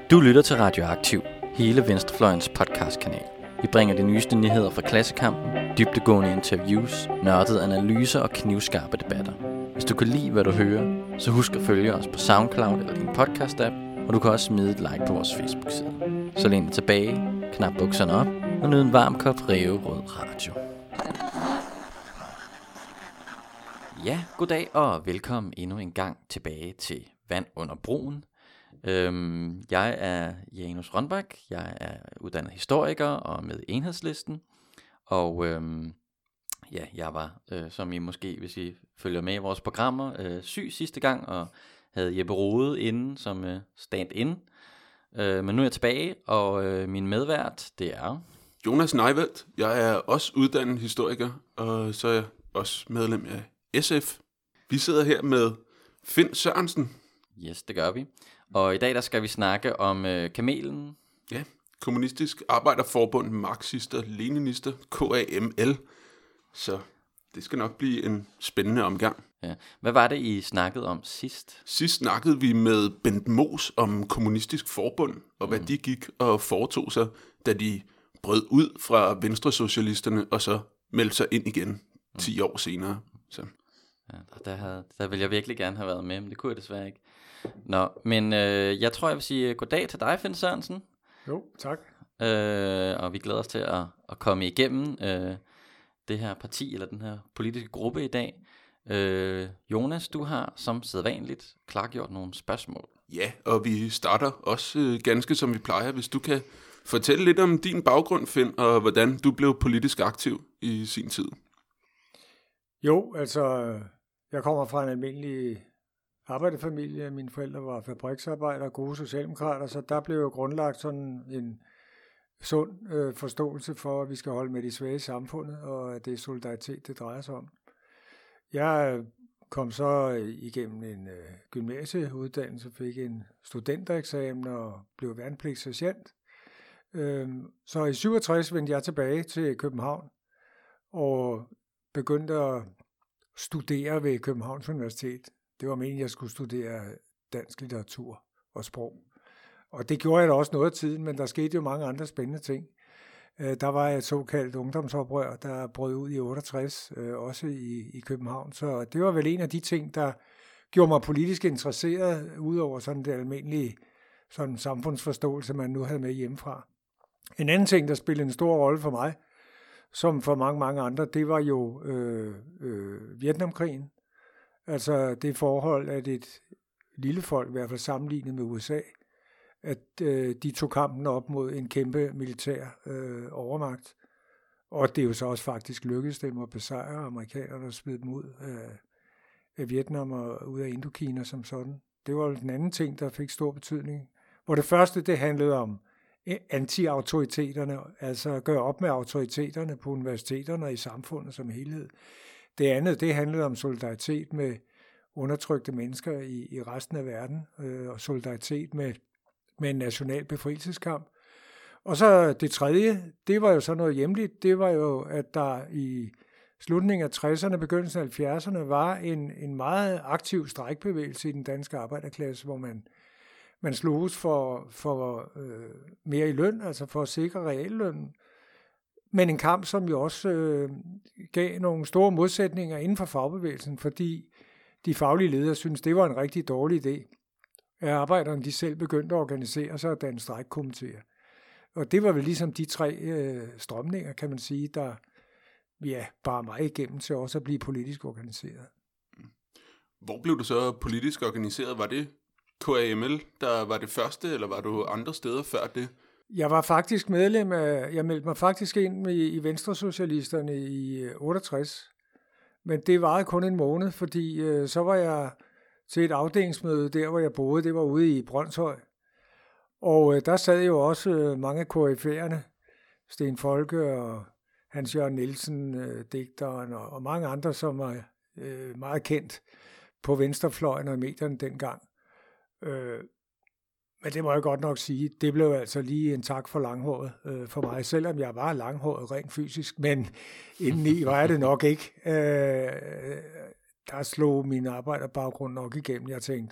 Du lytter til Radioaktiv, hele Venstrefløjens podcastkanal. Vi bringer de nyeste nyheder fra klassekampen, dybdegående interviews, nørdede analyser og knivskarpe debatter. Hvis du kan lide, hvad du hører, så husk at følge os på SoundCloud eller din podcast-app, og du kan også smide et like på vores Facebook-side. Så læn dig tilbage, knap bukserne op og nyd en varm kop ræverød radio. Ja, goddag og velkommen endnu en gang tilbage til Vand under broen. Jeg er Janus Rønbak, jeg er uddannet historiker og med Enhedslisten, og jeg var, som I måske, hvis I følger med i vores programmer, syg sidste gang og havde Jeppe Rode inde som stand-in, men nu er jeg tilbage, og min medvært, det er Jonas Neiveldt. Jeg er også uddannet historiker, og så er jeg også medlem af SF. Vi sidder her med Finn Sørensen. Yes, det gør vi. Og i dag der skal vi snakke om Kamelen. Ja, Kommunistisk Arbejderforbund, Marxister, Leninister, KAML. Så det skal nok blive en spændende omgang. Ja. Hvad var det, I snakkede om sidst? Sidst snakkede vi med Bent Moos om Kommunistisk Forbund, og hvad de gik og foretog sig, da de brød ud fra Venstresocialisterne, og så meldte sig ind igen 10 år senere. Så. Ja, der ville jeg virkelig gerne have været med, men det kunne jeg desværre ikke. Nå, men jeg tror, jeg vil sige goddag til dig, Finn Sørensen. Jo, tak. Og vi glæder os til at komme igennem det her parti, eller den her politiske gruppe i dag. Jonas, du har som sædvanligt klargjort nogle spørgsmål. Ja, og vi starter også ganske som vi plejer. Hvis du kan fortælle lidt om din baggrund, Finn, og hvordan du blev politisk aktiv i sin tid. Jo, altså, jeg kommer fra en almindelig arbejderfamilie. Mine forældre var fabriksarbejdere, gode socialdemokrater, så der blev jo grundlagt sådan en sund forståelse for, at vi skal holde med de svage i samfundet, og at det er solidaritet, det drejer sig om. Jeg kom så igennem en gymnasieuddannelse, fik en studentereksamen og blev værnepligtssergent. Så i 67 vendte jeg tilbage til København og begyndte at studere ved Københavns Universitet. Det var meningen, at jeg skulle studere dansk litteratur og sprog. Og det gjorde jeg da også noget af tiden, men der skete jo mange andre spændende ting. Der var et såkaldt ungdomsoprør, der brød ud i 68, også i København. Så det var vel en af de ting, der gjorde mig politisk interesseret, udover sådan det almindelige sådan samfundsforståelse, man nu havde med hjemmefra. En anden ting, der spillede en stor rolle for mig, som for mange, mange andre, det var jo Vietnamkrigen. Altså det forhold, at et lille folk, i hvert fald sammenlignet med USA, at de tog kampen op mod en kæmpe militær overmagt. Og det er jo så også faktisk lykkedes dem at besejre amerikanerne og smide dem ud af Vietnam og ud af Indokina som sådan. Det var den anden ting, der fik stor betydning. Hvor det første, det handlede om anti-autoriteterne, altså at gøre op med autoriteterne på universiteterne og i samfundet som helhed. Det andet, det handlede om solidaritet med undertrykte mennesker i resten af verden, og solidaritet med en national befrielseskamp. Og så det tredje, det var jo så noget hjemligt, det var jo, at der i slutningen af 60'erne, begyndelsen af 70'erne, var en meget aktiv strejkbevægelse i den danske arbejderklasse, hvor man sloges for mere i løn, altså for at sikre reallønnen. Men en kamp, som jo også gav nogle store modsætninger inden for fagbevægelsen, fordi de faglige ledere synes det var en rigtig dårlig idé, at arbejderne de selv begyndte at organisere sig og danne strejkkomitéer. Og det var vel ligesom de tre strømninger, kan man sige, der bar mig igennem til også at blive politisk organiseret. Hvor blev du så politisk organiseret? Var det KAML, der var det første, eller var du andre steder før det? Jeg var faktisk medlem af, jeg meldte mig faktisk ind i Venstresocialisterne i 68, men det varede kun en måned, fordi så var jeg til et afdelingsmøde der, hvor jeg boede, det var ude i Brønshøj, og der sad jo også mange KF'erne, Sten Folke og Hans Jørgen Nielsen, digteren og mange andre, som var meget kendt på venstrefløjen og i medierne dengang. Men det må jeg godt nok sige, det blev altså lige en tak for langhåret for mig, selvom jeg var langhåret rent fysisk, men indeni var jeg det nok ikke. Der slog min arbejderbaggrund nok igennem. Jeg tænkte,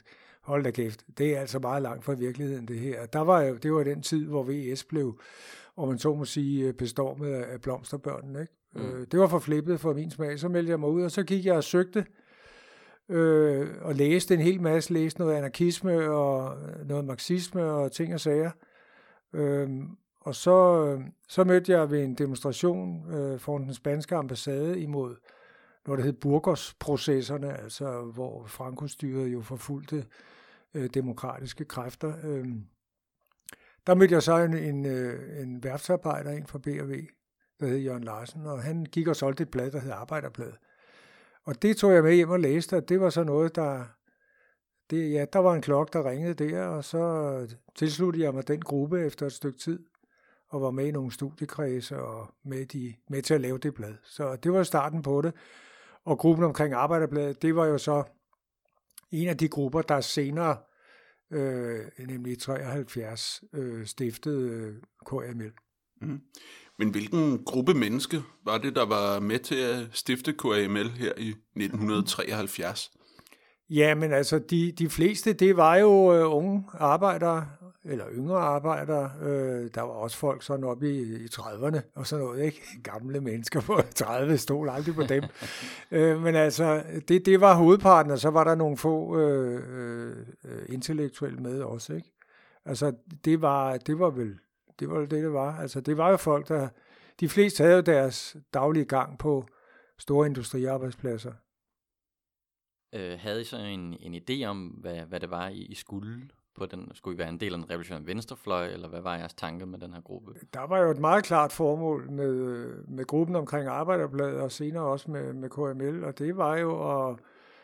hold da kæft, det er altså meget langt fra virkeligheden, det her. Det var den tid, hvor VS blev, og man så må sige, bestormet af blomsterbørnene, ikke? Det var for flippet for min smag. Så meldte jeg mig ud, og så gik jeg og søgte, og læste en hel masse, læste noget anarkisme og noget marxisme og ting og sager. Og så mødte jeg ved en demonstration foran den spanske ambassade imod noget, der hed Burgos-processerne, altså hvor Franco-styret jo forfulgte demokratiske kræfter. Der mødte jeg så en værftsarbejder, en fra B&V, der hed Jørgen Larsen, og han gik og solgte et blad, der hed Arbejderbladet. Og det tog jeg med hjem og læste, og det var så noget, der var en klokke, der ringede der, og så tilsluttede jeg mig den gruppe efter et stykke tid, og var med i nogle studiekredse og med til at lave det blad. Så det var starten på det. Og gruppen omkring Arbejderbladet, det var jo så en af de grupper, der senere, nemlig i 73, stiftede KML. Mm. Men hvilken gruppe menneske var det, der var med til at stifte KML her i 1973? Ja, men altså de fleste, det var jo unge arbejdere, eller yngre arbejdere. Der var også folk sådan oppe i 30'erne og sådan noget, ikke? Gamle mennesker på 30, stod aldrig på dem. Men altså, det var hovedparten, og så var der nogle få intellektuelle med også, ikke? Altså, det var det var. Altså, det var jo folk, de fleste havde jo deres daglige gang på store industriarbejdspladser. Havde I så en idé om, hvad det var, I skulle på den? Skulle I være en del af en revolutionær venstrefløj, eller hvad var jeres tanke med den her gruppe? Der var jo et meget klart formål med gruppen omkring Arbejderbladet, og senere også med KML, og det var jo at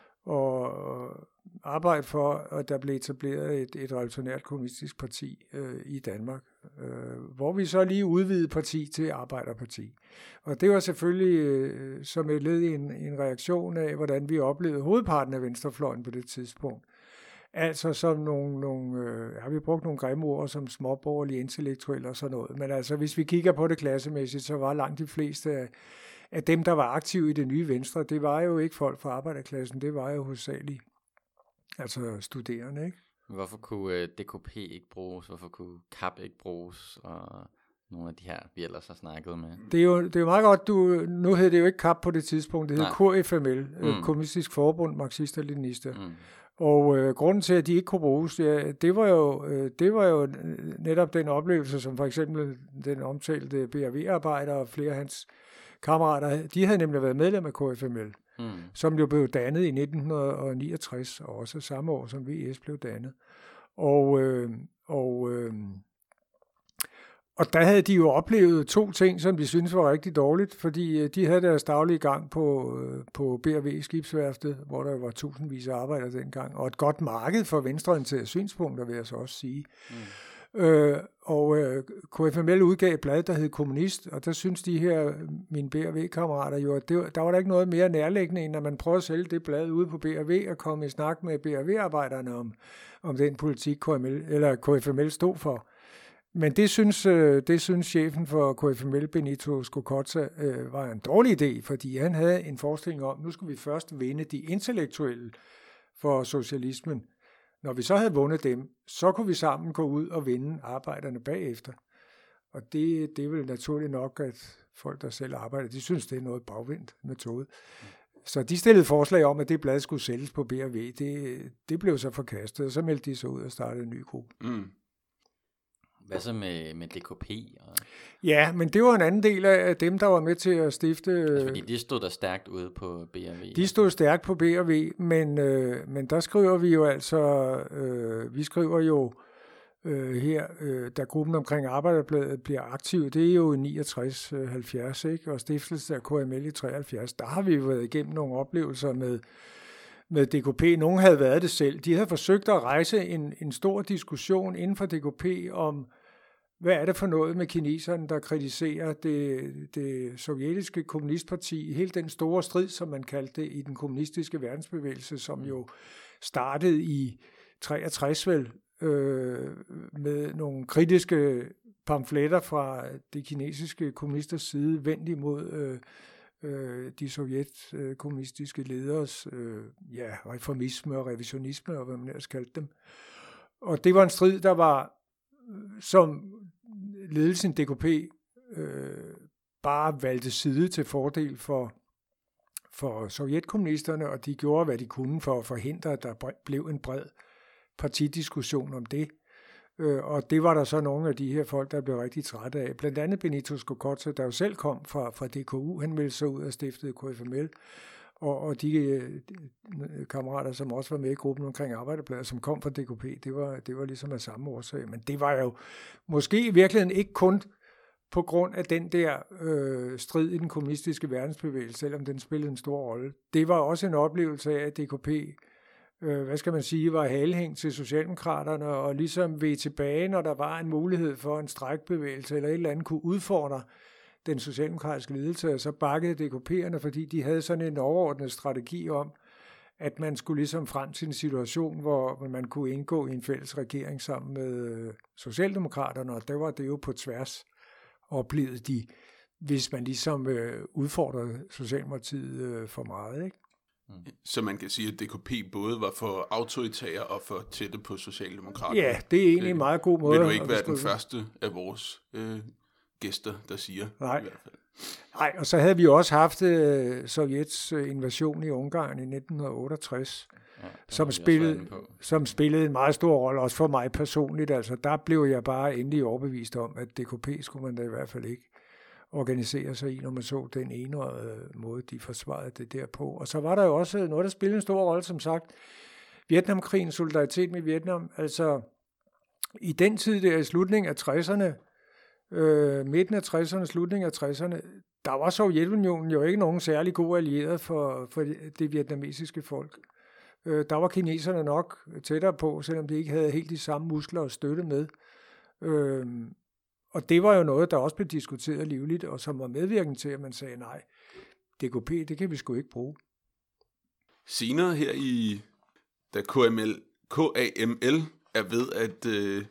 arbejde for, at der blev etableret et revolutionært kommunistisk parti i Danmark, hvor vi så lige udvidede parti til Arbejderparti. Og det var selvfølgelig som et led i en reaktion af, hvordan vi oplevede hovedparten af venstrefløjen på det tidspunkt. Altså som vi brugte nogle grimme ord som småborgerlige, intellektuelle og sådan noget. Men altså, hvis vi kigger på det klassemæssigt, så var langt de fleste af dem, der var aktive i det nye Venstre, det var jo ikke folk fra arbejderklassen, det var jo hovedsageligt altså studerende, ikke? Hvorfor kunne DKP ikke bruges? Hvorfor kunne KAP ikke bruges? Og nogle af de her, vi ellers har snakket med. Det er jo meget godt, nu hed det jo ikke KAP på det tidspunkt, det hed KFML, Kommunistisk Forbund, Marxister og Leninister. Og grunden til, at de ikke kunne bruges, det var jo netop den oplevelse, som for eksempel den omtalte BRV-arbejder og flere af hans kammerater, de havde nemlig været medlem af KFML, som jo blev dannet i 1969, og også samme år, som VS blev dannet. Og der havde de jo oplevet to ting, som de syntes var rigtig dårligt, fordi de havde deres daglige gang på BRV skibsværftet, hvor der var tusindvis af arbejdere dengang, og et godt marked for venstreorienterede synspunkter, vil jeg så også sige. KFML udgav et blad, der hed Kommunist, og der synes de her, mine BRV-kammerater jo, at der var der ikke noget mere nærliggende, end at man prøvede at sælge det blad ude på BRV og komme i snak med BRV-arbejderne om den politik, KFML stod for. Men det synes chefen for KFML, Benito Scocozza, var en dårlig idé, fordi han havde en forestilling om, nu skulle vi først vinde de intellektuelle for socialismen. Når vi så havde vundet dem, så kunne vi sammen gå ud og vinde arbejderne bagefter. Og det er vel naturligt nok, at folk, der selv arbejder, de synes, det er noget bagvendt metode. Så de stillede forslag om, at det blad skulle sælges på BRV. Det blev så forkastet, og så meldte de sig ud og startede en ny gruppe. Hvad så med DKP? Ja, men det var en anden del af dem, der var med til at stifte... Altså, fordi de stod der stærkt ude på BRV. De stod stærkt på BRV, men der skriver vi jo altså... vi skriver jo her, da gruppen omkring Arbejderbladet bliver aktiv, det er jo i 69-70, ikke? Og stiftelsen af KML i 73, der har vi jo været igennem nogle oplevelser med DKP. Nogle havde været det selv. De havde forsøgt at rejse en stor diskussion inden for DKP om, hvad er det for noget med kineserne, der kritiserer det sovjetiske kommunistparti, hele den store strid, som man kaldte det, i den kommunistiske verdensbevægelse, som jo startede i 63 vel, med nogle kritiske pamfletter fra det kinesiske kommunisters side, vendt imod de sovjetkommunistiske lederes reformisme og revisionisme, og hvad man ellers kaldte dem. Og det var en strid, der var, som ledelsen DKP bare valgte side til fordel for sovjetkommunisterne, og de gjorde, hvad de kunne for at forhindre, at der blev en bred partidiskussion om det. Og det var der så nogle af de her folk, der blev rigtig trætte af. Blandt andet Benito Skokotsa, der jo selv kom fra DKU, han meldte sig ud og stiftede KFML, og de kammerater, som også var med i gruppen omkring Arbejderbladet, som kom fra DKP, det var ligesom af samme årsag. Men det var jo måske i virkeligheden ikke kun på grund af den der strid i den kommunistiske verdensbevægelse, selvom den spillede en stor rolle. Det var også en oplevelse af, at DKP var halehæng til Socialdemokraterne, og ligesom ved tilbage, når der var en mulighed for en strækbevægelse, eller et eller andet kunne udfordre den socialdemokratiske ledelse, og så bakkede DKP'erne, fordi de havde sådan en overordnet strategi om, at man skulle ligesom frem til en situation, hvor man kunne indgå i en fælles regering sammen med Socialdemokraterne, og der var det jo på tværs, oplevede de, hvis man ligesom udfordrede Socialdemokratiet for meget, ikke? Så man kan sige, at DKP både var for autoritære og for tætte på Socialdemokraterne. Ja, det er egentlig en meget god måde. Vil du ikke være den første af vores gæster, der siger? Nej. I hvert fald. Nej, og så havde vi også haft Sovjets invasion i Ungarn i 1968, som spillede en meget stor rolle, også for mig personligt. Altså, der blev jeg bare endelig overbevist om, at DKP skulle man da i hvert fald ikke organisere sig i, når man så den ene måde, de forsvarede det der på. Og så var der jo også noget, der spillede en stor rolle, som sagt, Vietnamkrigen, solidaritet med Vietnam. Altså, i den tid der, i slutningen af 60'erne, midten af 60'erne, slutningen af 60'erne, der var Sovjetunionen jo ikke nogen særlig god allieret for det vietnamesiske folk. Der var kineserne nok tættere på, selvom de ikke havde helt de samme muskler at støtte med. Og det var jo noget, der også blev diskuteret livligt, og som var medvirkende til, at man sagde, nej, DKP, det kan vi sgu ikke bruge. Senere her da KAML er ved at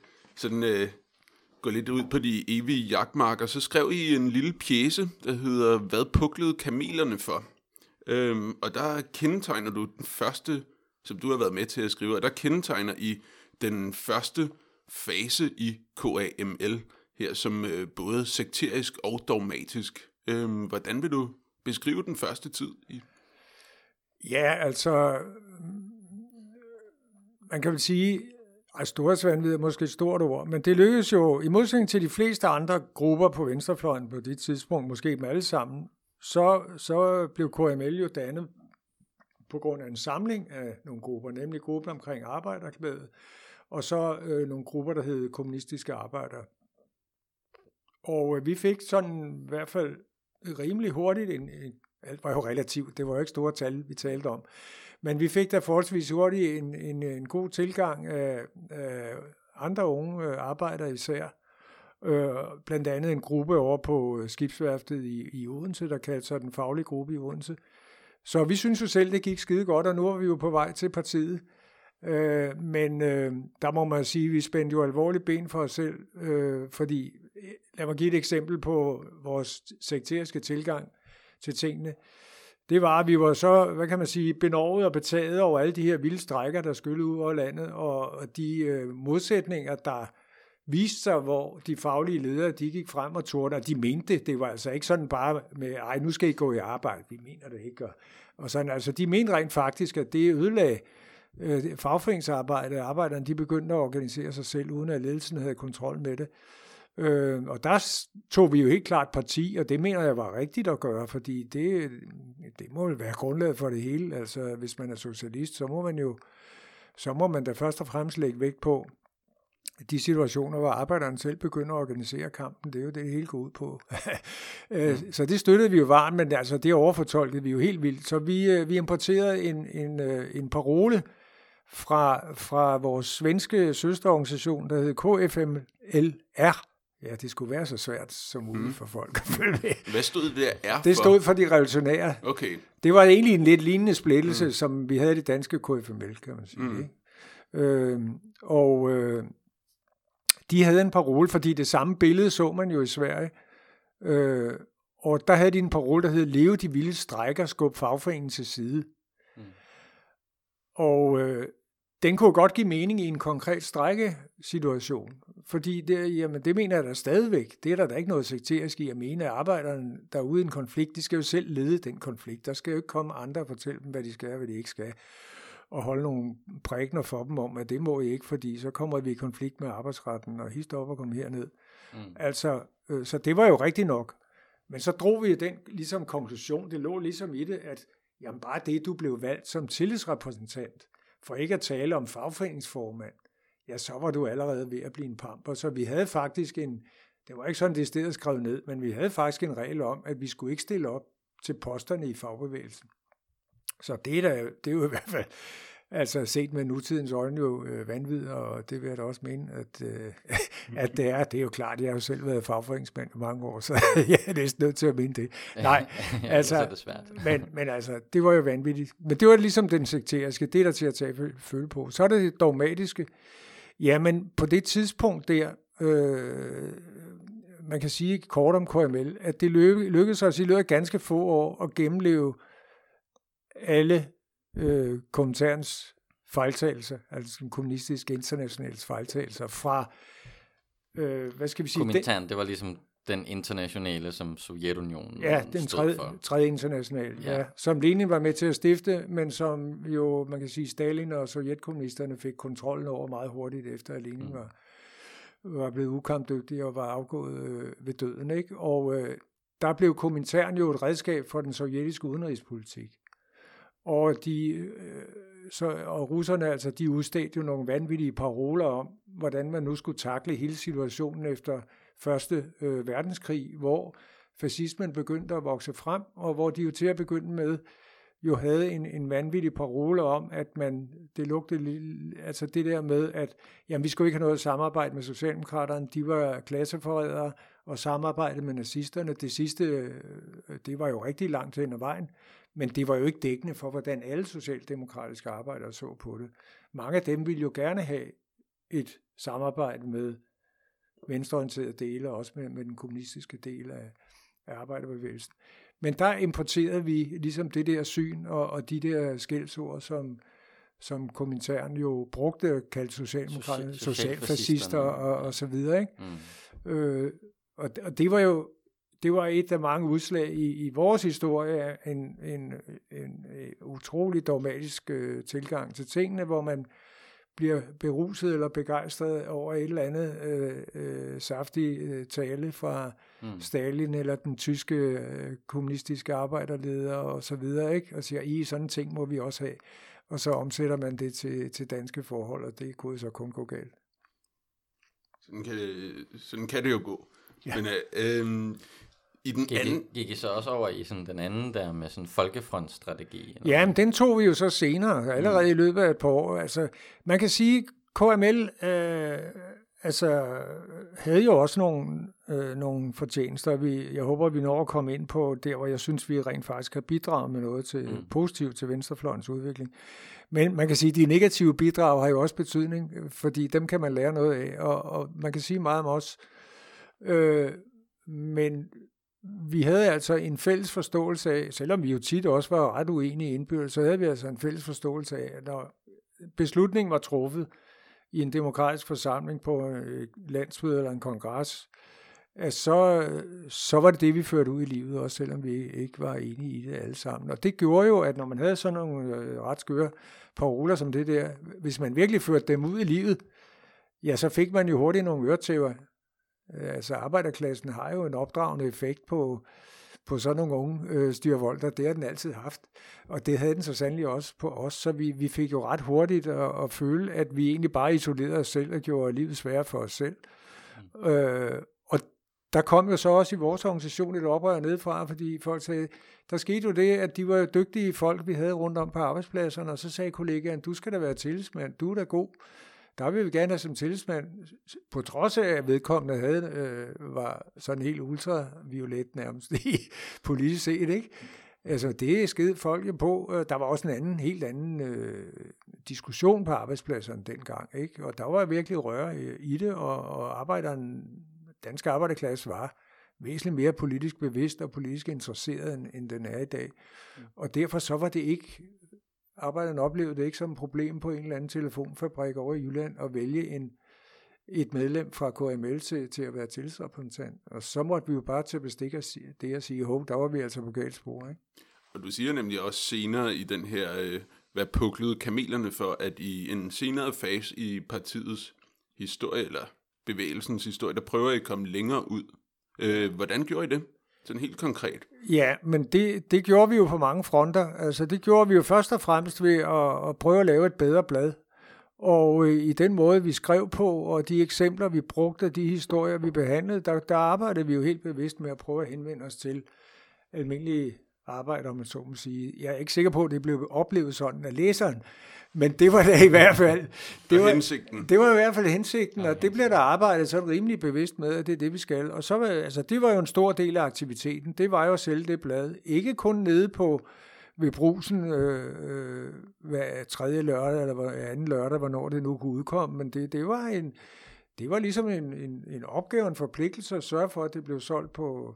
gå lidt ud på de evige jagtmarker, så skrev I en lille pjece, der hedder Hvad puklede kamelerne for? Og der kendetegner du den første, som du har været med til at skrive, og der kendetegner I den første fase i KAML, her som både sekterisk og dogmatisk. Hvordan vil du beskrive den første tid? Ja, altså, man kan vel sige, at storhedsvanvid er måske et stort ord, men det lykkedes jo, i modsætning til de fleste andre grupper på venstrefløjen på det tidspunkt, måske dem alle sammen, så blev KML jo dannet på grund af en samling af nogle grupper, nemlig gruppen omkring Arbejderbladet, og så nogle grupper, der hed kommunistiske arbejdere. Og vi fik sådan i hvert fald rimelig hurtigt, alt var jo relativt, det var jo ikke store tal, vi talte om, men vi fik da forholdsvis hurtigt en god tilgang af andre unge arbejdere især. Blandt andet en gruppe over på skibsværftet i Odense, der kaldte sig den faglige gruppe i Odense. Så vi synes jo selv, det gik skide godt, og nu er vi jo på vej til partiet. Men der må man sige, at vi spændte jo alvorligt ben for os selv, fordi, lad mig give et eksempel på vores sekteriske tilgang til tingene. Det var, at vi var så, benovet og betaget over alle de her vilde strejker, der skyllede ud over landet, og de modsætninger, der viste sig, hvor de faglige ledere, de gik frem og tordnede, og de mente det. Det var altså ikke sådan bare med, nu skal I gå i arbejde, vi mener det ikke. Og sådan, altså, de mente rent faktisk, at det ødelagde fagforeningsarbejde. Arbejderne, de begyndte at organisere sig selv, uden at ledelsen havde kontrol med det. Og der tog vi jo helt klart parti, og det mener jeg var rigtigt at gøre, fordi det må jo være grundlaget for det hele. Altså, hvis man er socialist, så må man da først og fremmest lægge vægt på de situationer, hvor arbejderne selv begynder at organisere kampen. Det er jo det hele går ud på. Så det støttede vi jo varmt, men altså, det overfortolkede vi jo helt vildt. Så vi importerede en parole fra vores svenske søsterorganisation, der hed KFMLR. Ja, det skulle være så svært som muligt for folk at følge med. Hvad stod det der R for? Det stod for de revolutionære. Okay. Det var egentlig en lidt lignende splittelse, som vi havde i det danske KFML, kan man sige. Ikke? De havde en parole, fordi det samme billede så man jo i Sverige. Og der havde de en parole, der hed, leve de vilde strejker, skub fagforeningen til side. Og den kunne godt give mening i en konkret strejkesituation, fordi det mener jeg da stadigvæk. Det er der ikke noget sekterisk i at mene, at arbejderne, der er ude i en konflikt, de skal jo selv lede den konflikt. Der skal jo ikke komme andre og fortælle dem, hvad de skal og hvad de ikke skal, og holde nogle prægner for dem om, at det må I ikke, fordi så kommer vi i konflikt med arbejdsretten, og hist op og komme herned. Altså, så det var jo rigtigt nok. Men så drog vi den ligesom konklusion, det lå ligesom i det, at jamen bare det, du blev valgt som tillidsrepræsentant, for ikke at tale om fagforeningsformand, ja, så var du allerede ved at blive en pamper. Så vi havde faktisk det var ikke sådan, det stedet skrevet ned, men vi havde faktisk en regel om, at vi skulle ikke stille op til posterne i fagbevægelsen. Så det er jo i hvert fald, altså set med nutidens øjne jo vanvid, og det vil jeg da også mene, at det er jo klart, jeg har jo selv været fagforeningsmand i mange år, så jeg er næsten nødt til at mene det. Nej, altså, det er svært. men altså, det var jo vanvittigt. Men det var ligesom den sekteriske, det er der til at tage føle på. Så er det dogmatiske. Jamen, på det tidspunkt der, man kan sige kort om KML, at det lykkedes os i løbet af ganske få år at gennemleve alle kommentarens fejltagelser, altså den kommunistiske internationals fejltagelser fra, hvad skal vi sige? Komintern, det var ligesom den internationale, som Sovjetunionen den stod for. tredje internationale, ja, som Lenin var med til at stifte, men som jo, man kan sige, Stalin og sovjetkommunisterne fik kontrollen over meget hurtigt efter, at Lenin var blevet ukampdygtig og var afgået ved døden, ikke? Og der blev Komintern jo et redskab for den sovjetiske udenrigspolitik. Og og russerne, altså, de udstedte jo nogle vanvittige paroler om, hvordan man nu skulle takle hele situationen efter Første verdenskrig, hvor fascismen begyndte at vokse frem, og hvor de jo til at begynde med jo havde en vanvittig parole om, at det lugtede, altså det der med, at jamen, vi skulle ikke have noget samarbejde med Socialdemokraterne, de var klasseforrædere, og samarbejde med nazisterne, det sidste, det var jo rigtig langt hen ad vejen, men det var jo ikke dækkende for, hvordan alle socialdemokratiske arbejdere så på det. Mange af dem ville jo gerne have et samarbejde med venstreorienterede dele, og også med den kommunistiske del af arbejderbevægelsen. Men der importerede vi ligesom det der syn og de der skældsord, som Komintern jo brugte, kaldt socialdemokraterne, socialfascister og så videre, ikke? Og det var et af mange udslag i vores historie, en utrolig dogmatisk tilgang til tingene, hvor man bliver beruset eller begejstret over et eller andet saftig tale fra Stalin eller den tyske kommunistiske arbejderleder og så videre, ikke? Og siger, sådan en ting må vi også have. Og så omsætter man det til danske forhold, og det kunne så kun gå galt. Sådan kan det jo gå. Ja. Men i den anden... Gik I så også over i sådan den anden der med sådan folkefrontsstrategi? Ja, men den tog vi jo så senere, allerede i løbet af et par år. Altså, man kan sige, KML havde jo også nogle fortjenester. Jeg håber, vi når at komme ind på der, hvor jeg synes, vi rent faktisk har bidraget med noget til positivt til venstrefløjens udvikling. Men man kan sige, at de negative bidrag har jo også betydning, fordi dem kan man lære noget af, og man kan sige meget om os. Men vi havde altså en fælles forståelse af, selvom vi jo tit også var ret uenige i indbyrdes, så havde vi altså en fælles forståelse af, at når beslutningen var truffet i en demokratisk forsamling på et landsmøde eller en kongres, at så var det, vi førte ud i livet, også selvom vi ikke var enige i det alle sammen. Og det gjorde jo, at når man havde sådan nogle ret skøre paroler som det der, hvis man virkelig førte dem ud i livet, ja, så fik man jo hurtigt nogle øretæver. Altså arbejderklassen har jo en opdragende effekt på sådan nogle unge styrvolter, det har den altid haft, og det havde den så sandelig også på os, så vi fik jo ret hurtigt at føle, at vi egentlig bare isolerede os selv og gjorde livet sværere for os selv. Og der kom jo så også i vores organisation et oprør nedefra, fordi folk sagde, der skete jo det, at de var jo dygtige folk, vi havde rundt om på arbejdspladserne, og så sagde kollegaen, du skal da være tillidsmand, du er da god. Der vil vi gerne have som tillidsmand, på trods af at vedkommende var sådan helt ultraviolet nærmest politisk set, ikke? Altså det skede folk jo på. Der var også en helt anden diskussion på arbejdspladserne dengang, ikke? Og der var virkelig røre i det, og danske arbejderklasse var væsentligt mere politisk bevidst og politisk interesseret, end den er i dag. Og derfor så var det ikke, arbejderne oplevede det ikke som et problem på en eller anden telefonfabrik over i Jylland at vælge et medlem fra KML til at være tillidsrepræsentant. Og så måtte vi jo bare tage bestik af det og sige, der var vi altså på galt spor, ikke? Og du siger nemlig også senere i den her, hvad puklede kamelerne for, at i en senere fase i partiets historie, eller bevægelsens historie, der prøver I at komme længere ud. Hvordan gjorde I det? Sådan helt konkret. Ja, men det gjorde vi jo på mange fronter. Altså det gjorde vi jo først og fremmest ved at prøve at lave et bedre blad. Og i den måde, vi skrev på, og de eksempler, vi brugte, de historier, vi behandlede, der arbejdede vi jo helt bevidst med at prøve at henvende os til almindelige arbejder, om man så må sige. Jeg er ikke sikker på, at det blev oplevet sådan af læseren, men det var da i hvert fald det var i hvert fald hensigten, og det blev der arbejdet så rimelig bevidst med, at det er det, vi skal. Og så det var jo en stor del af aktiviteten. Det var jo at sælge det blad. Ikke kun nede på ved Brugsen hver tredje lørdag eller hver anden lørdag, hvornår det nu kunne udkomme, men det var ligesom en opgave, en forpligtelse at sørge for, at det blev solgt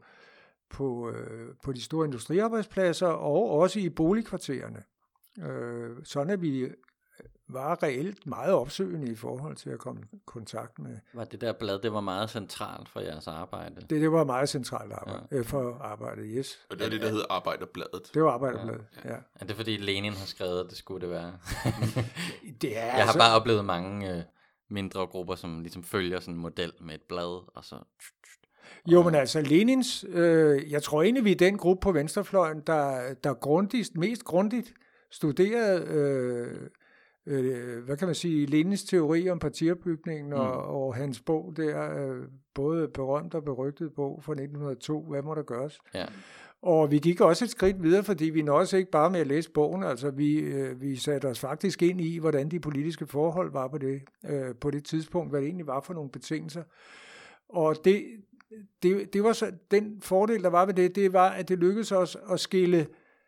på de store industriarbejdspladser og også i boligkvartererne. Sådan at vi var reelt meget opsøgende i forhold til at komme i kontakt med. Var det der blad, det var meget centralt for jeres arbejde? Det var meget centralt arbejde, for arbejdet, yes. Og det er det, der hedder Arbejderbladet? Det var Arbejderbladet, ja. Er det fordi Lenin har skrevet, at det skulle det være? Jeg har bare oplevet mange mindre grupper, som ligesom følger sådan en model med et blad, og så... Jo, men altså Lenins, jeg tror egentlig, vi er den gruppe på venstrefløjen, der mest grundigt studerede, hvad kan man sige, Lenins teori om partiopbygningen og hans bog der, både berømt og berygtet bog fra 1902, hvad må der gøres? Ja. Og vi gik også et skridt videre, fordi vi nåede ikke bare med at læse bogen, altså vi satte os faktisk ind i, hvordan de politiske forhold var på det tidspunkt, hvad det egentlig var for nogle betingelser. Og det var så, den fordel, der var ved det var, at det lykkedes os at skille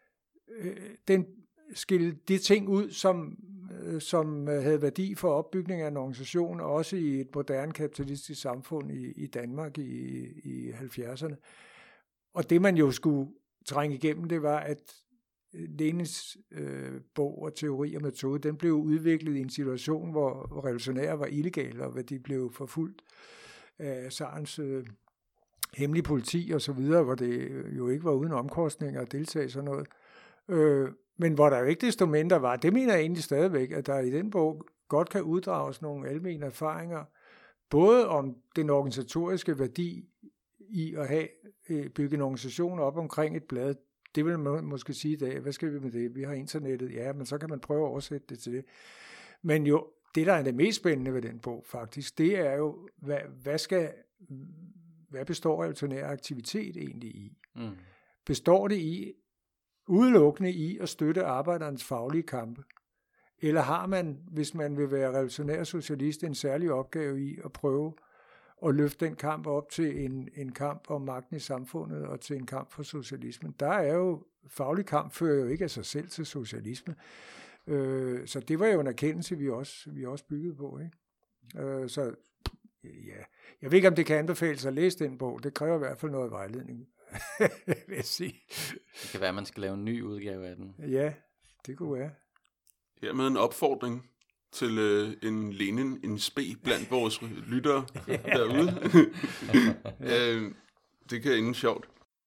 de ting ud, som havde værdi for opbygning af en organisation, og også i et moderne kapitalistisk samfund i Danmark i 70'erne. Og det, man jo skulle trænge igennem, det var, at Lenins bog og teori og metode, den blev udviklet i en situation, hvor revolutionære var illegale, og hvor de blev forfulgt af Sarens hemmelige politi og så videre, hvor det jo ikke var uden omkostninger at deltage i sådan noget. Men hvor der jo ikke desto mindre var, det mener jeg egentlig stadigvæk, at der i den bog godt kan uddrages nogle almene erfaringer, både om den organisatoriske værdi i at bygge en organisation op omkring et blad. Det vil man måske sige i dag, hvad skal vi med det? Vi har internettet, ja, men så kan man prøve at oversætte det til det. Men jo, det der er det mest spændende ved den bog faktisk, det er jo, hvad består revolutionær aktivitet egentlig i? Mm. Består det udelukkende i at støtte arbejderens faglige kampe? Eller har man, hvis man vil være revolutionær socialist, en særlig opgave i at prøve at løfte den kamp op til en kamp om magten i samfundet og til en kamp for socialismen? Der er jo, faglig kamp fører jo ikke af sig selv til socialisme. Så det var jo en erkendelse, vi også byggede på, ikke? Så ja, jeg ved ikke, om det kan anbefales at læse den bog. Det kræver i hvert fald noget vejledning, vil jeg sige. Det kan være, at man skal lave en ny udgave af den. Ja, det kunne være. Hermed en opfordring til en Lenin, en spe blandt vores lyttere derude. Det kan ende sjovt.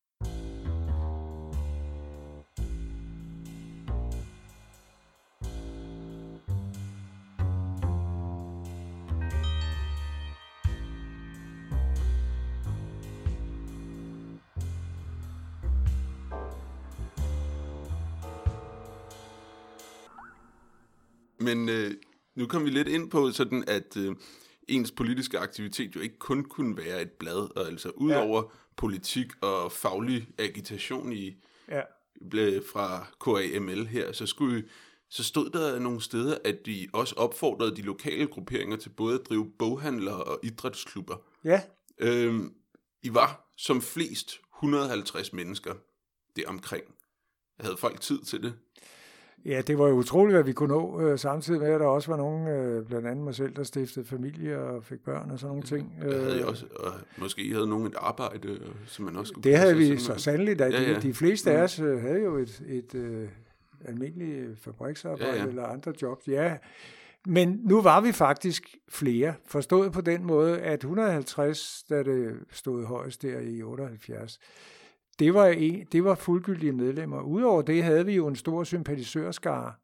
Men nu kom vi lidt ind på sådan, at ens politiske aktivitet jo ikke kun kunne være et blad, og altså udover politik og faglig agitation fra KAML her, så stod der nogle steder, at de også opfordrede de lokale grupperinger til både at drive boghandler og idrætsklubber. Ja. I var som flest 150 mennesker deromkring. Havde folk tid til det? Ja, det var jo utroligt, at vi kunne nå, samtidig med, at der også var nogen, blandt andet mig selv, der stiftede familie og fik børn og sådan nogle ting. Det havde jeg også, og måske havde nogen et arbejde, som man også skulle... Det havde vi så sandelig, da de fleste af os havde jo et almindeligt fabriksarbejde eller andre jobs. Ja, men nu var vi faktisk flere, forstået på den måde, at 150, da det stod højst der i 78, det var fuldgyldige medlemmer. Udover det havde vi jo en stor sympatisørskare,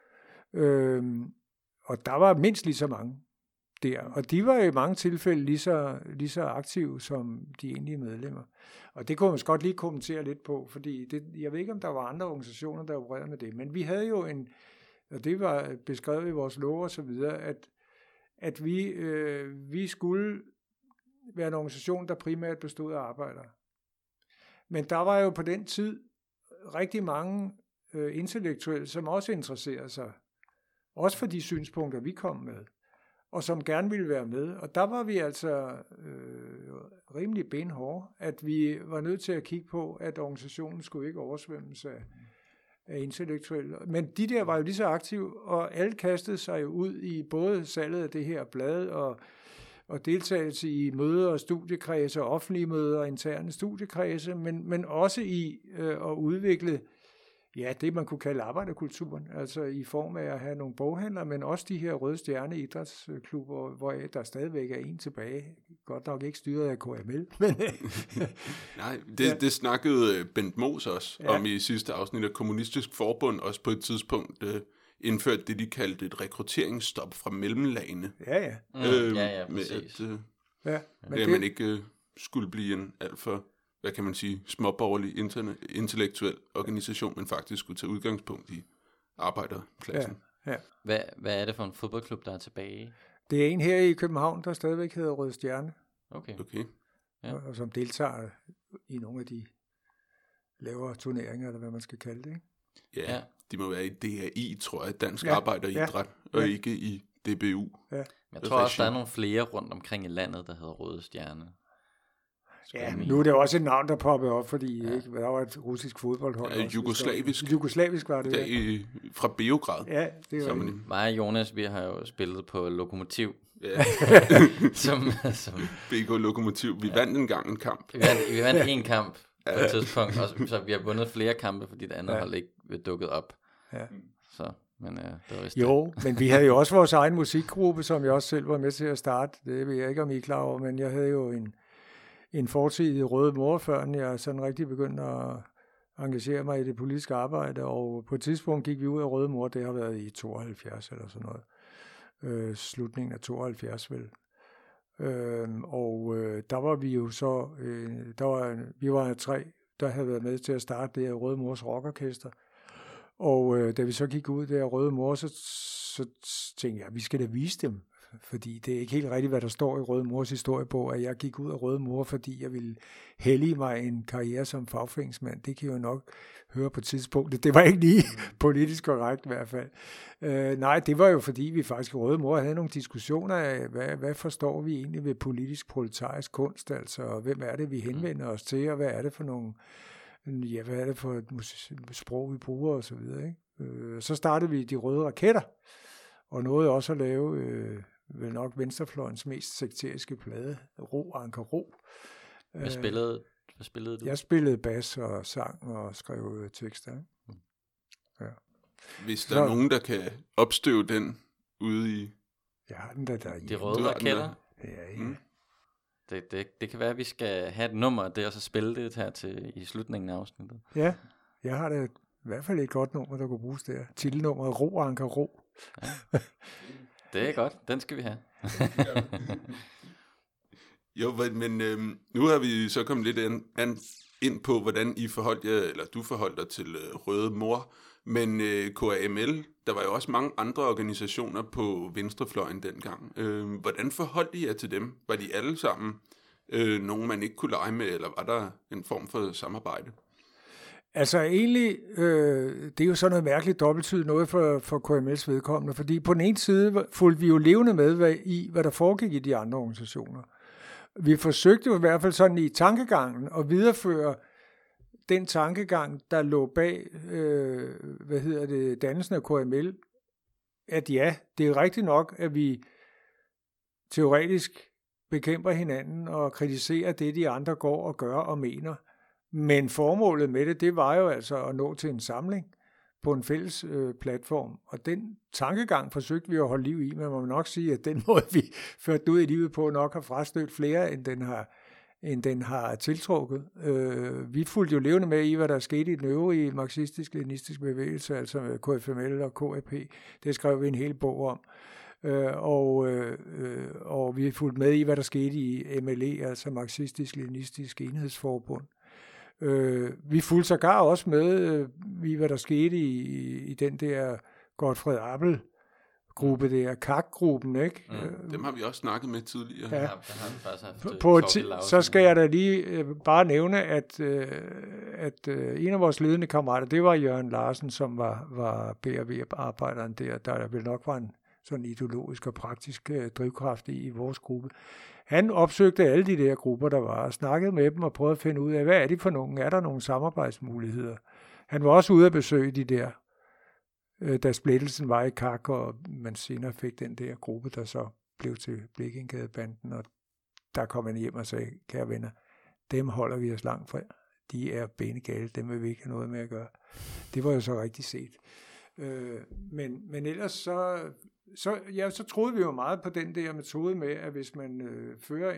og der var mindst lige så mange der. Og de var i mange tilfælde lige så aktive som de egentlige medlemmer. Og det kunne man godt lige kommentere lidt på, fordi jeg ved ikke, om der var andre organisationer, der opererede med det. Men vi havde jo og det var beskrevet i vores lov og så videre, at vi skulle være en organisation, der primært bestod af arbejdere. Men der var jo på den tid rigtig mange intellektuelle, som også interesserede sig, også for de synspunkter, vi kom med, og som gerne ville være med. Og der var vi altså rimelig benhårde, at vi var nødt til at kigge på, at organisationen skulle ikke oversvømmes af intellektuelle. Men de der var jo lige så aktive, og alle kastede sig jo ud i både salget af det her blad og deltagelse i møder og studiekredse, offentlige møder og interne studiekredse, men også i at udvikle det, man kunne kalde arbejderkulturen, altså i form af at have nogle boghandler, men også de her Røde Stjerne idrætsklubber, hvor der stadigvæk er en tilbage. Godt nok ikke styret af KML. Men nej, det snakkede Bent Moos også om i sidste afsnit af Kommunistisk Forbund, også på et tidspunkt indført det, de kaldte et rekrutteringsstop fra mellemlagene. Ja. Præcis. Med at man ikke skulle blive en alt for, hvad kan man sige, småborgerlig intellektuel organisation, men faktisk skulle tage udgangspunkt i arbejderklassen. Ja. Hvad er det for en fodboldklub, der er tilbage? Det er en her i København, der stadigvæk hedder Røde Stjerne. Okay. Ja. Og som deltager i nogle af de lavere turneringer, eller hvad man skal kalde det, ikke? Ja, de må være i DAI, tror jeg, Dansk Arbejderidræt, og ikke i DBU. Ja. Jeg tror også, der er nogle flere rundt omkring i landet, der hedder Røde Stjerne. Ja, nu er det også et navn, der popper op, fordi ikke, der var et russisk fodboldhold. Ja, jugoslavisk. Jugoslavisk var det, fra Beograd. Ja, det var det. Mig og Jonas, vi har jo spillet på Lokomotiv. Ja. som BK Lokomotiv. Vi vandt engang en kamp. Vi vandt en kamp på et tidspunkt, og så vi har vundet flere kampe, fordi det andet hold ikke dukket op. Ja. Så, men det var vist men vi havde jo også vores egen musikgruppe, som jeg også selv var med til at starte. Det ved jeg ikke, om I er klar over, men jeg havde jo en fortid i Røde Mor, før jeg sådan rigtig begyndte at engagere mig i det politiske arbejde, og på et tidspunkt gik vi ud af Røde Mor, det har været i 72 eller sådan noget, slutningen af 72 vel. Der var vi jo så, vi var 3, der havde været med til at starte det her Røde Mors rockorkester, og da vi så gik ud der Røde Mor, så tænkte jeg, vi skal da vise dem, fordi det er ikke helt rigtigt, hvad der står i Røde Mors historiebog, at jeg gik ud af Røde Mor, fordi jeg ville hellige mig en karriere som fagforeningsmand. Det kan jeg jo nok høre på tidspunktet. Det var ikke lige politisk korrekt i hvert fald. Nej, det var jo fordi, vi faktisk i Røde Mor havde nogle diskussioner af, hvad forstår vi egentlig ved politisk proletarisk kunst, altså hvem er det, vi henvender os til, og hvad er det for nogle, hvad er det for et sprog, vi bruger og så videre, ikke? Så startede vi De Røde Raketter, og nåede også at lave vel nok venstrefløjens mest sekteriske plade, Anker Ro. Hvad spillede du? Jeg spillede bas og sang og skrev tekster. Ja. Hvis der er nogen, der kan opstøve den ude i... Jeg har den der i. De Røde Raketter? Ja. Det kan være, at vi skal have et nummer der, og så spille det her i slutningen af afsnittet. Ja, jeg har da i hvert fald et godt nummer, der kunne bruges der. Titelnummeret Anker Ro. Ja. Det er godt, den skal vi have. Jo, men nu har vi så kommet lidt ind på, hvordan I forholdt jer, eller du forholdt dig til Røde Mor, men KAML, der var jo også mange andre organisationer på venstrefløjen dengang. Hvordan forholdt I jer til dem? Var de alle sammen nogen, man ikke kunne lege med, eller var der en form for samarbejde? Altså egentlig, det er jo sådan noget mærkeligt dobbelttydigt noget for KML's vedkommende, fordi på den ene side fulgte vi jo levende med hvad der foregik i de andre organisationer. Vi forsøgte jo i hvert fald sådan i tankegangen at videreføre den tankegang, der lå bag, dannelsen af KML, at ja, det er rigtigt nok, at vi teoretisk bekæmper hinanden og kritiserer det, de andre går og gør og mener. Men formålet med det var jo altså at nå til en samling på en fælles platform. Og den tankegang forsøgte vi at holde liv i, men man må nok sige, at den måde, vi førte ud i livet på, nok har frastødt flere, end den har tiltrukket. Vi fulgte jo levende med i, hvad der skete i den øvrige marxistisk-leninistiske bevægelse, altså KFML og KAP. Det skrev vi en hel bog om. Og vi fulgte med i, hvad der skete i MLE, altså Marxistisk-Leninistisk Enhedsforbund. Vi fulgte sågar også med i, hvad der skete i den der Gottfried Appel-gruppe, der KAK-gruppen, ikke? Dem har vi også snakket med tidligere. Ja, der har vi faktisk haft så skal jeg da lige bare nævne, at en af vores ledende kammerater, det var Jørgen Larsen, som var BRV-arbejderen der vel nok var en sådan ideologisk og praktisk drivkraft i vores gruppe. Han opsøgte alle de der grupper, der var, og snakkede med dem og prøvede at finde ud af, hvad er det for nogen? Er der nogle samarbejdsmuligheder? Han var også ude at besøge de der, da splittelsen var i KAK, og man senere fik den der gruppe, der så blev til Blekingadebanden, og der kom han hjem og sagde, kære venner, dem holder vi os langt fra. De er benegale, dem vil vi ikke have noget med at gøre. Det var jo så rigtig set. Men ellers så troede vi jo meget på den der metode med, at hvis man fører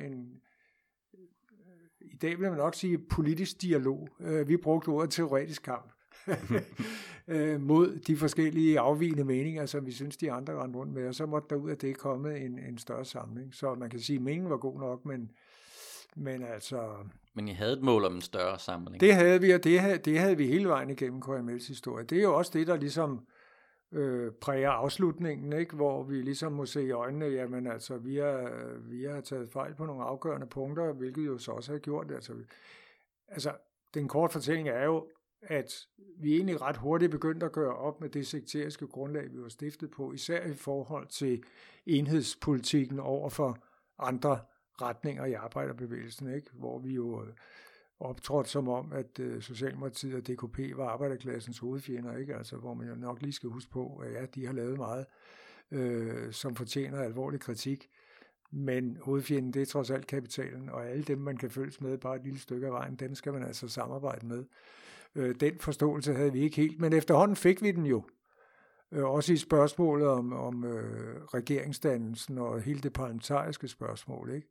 i dag vil man nok sige politisk dialog. Vi brugte ordet teoretisk kamp mod de forskellige afvigende meninger, som vi synes, de andre rendte rundt med, og så måtte der ud af det komme en større samling. Så man kan sige, at meningen var god nok, men altså... Men I havde et mål om en større samling? Det havde vi, og det havde vi hele vejen igennem KML's historie. Det er jo også det, der ligesom præger afslutningen, ikke? Hvor vi ligesom må se i øjnene, jamen altså, vi har taget fejl på nogle afgørende punkter, hvilket jo så også har gjort det. Altså, den korte fortælling er jo, at vi egentlig ret hurtigt begyndte at gøre op med det sekteriske grundlag, vi var stiftet på, især i forhold til enhedspolitikken over for andre retninger i arbejderbevægelsen, ikke? Hvor vi jo optrådte som om, at Socialdemokratiet og DKP var arbejderklassens hovedfjender, ikke? Altså, hvor man jo nok lige skal huske på, at ja, de har lavet meget, som fortjener alvorlig kritik, men hovedfjenden, det er trods alt kapitalen, og alle dem, man kan følges med bare et lille stykke af vejen, dem skal man altså samarbejde med. Den forståelse havde vi ikke helt, men efterhånden fik vi den jo. Også i spørgsmålet om regeringsdannelsen og hele det parlamentariske spørgsmål, ikke?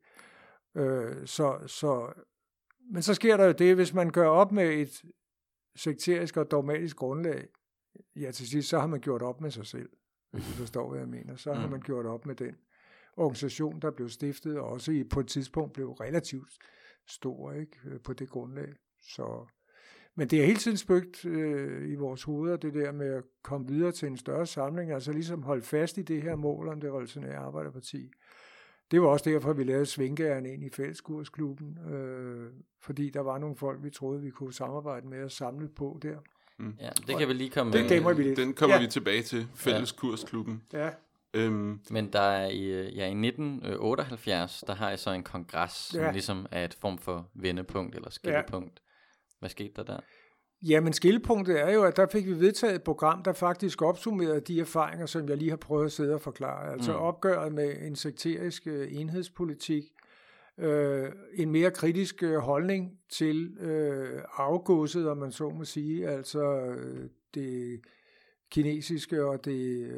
Men så sker der jo det, hvis man gør op med et sekterisk og dogmatisk grundlag, ja til sidst, så har man gjort op med sig selv, hvis du forstår, hvad jeg mener. Så har man gjort op med den organisation, der blev stiftet, og også på et tidspunkt blev relativt stor, ikke, på det grundlag. Men det er hele tiden spøgt i vores hoveder, det der med at komme videre til en større samling, altså ligesom holde fast i det her mål om det revolutionære arbejderparti. Det var også derfor, vi lavede Svingæren ind i Fælleskursklubben, fordi der var nogle folk, vi troede, vi kunne samarbejde med og samle på der. Ja, det kan vi lige komme med. Den kommer vi tilbage til, Fælleskursklubben. Ja. Men der er i 1978, der har jeg så en kongres, som ligesom er et form for vendepunkt eller skillepunkt. Hvad skete der? Jamen, skillepunktet er jo, at der fik vi vedtaget et program, der faktisk opsummerede de erfaringer, som jeg lige har prøvet at sidde og forklare. Altså opgøret med en sekterisk enhedspolitik, en mere kritisk holdning til afgodset, om man så må sige, altså det kinesiske og det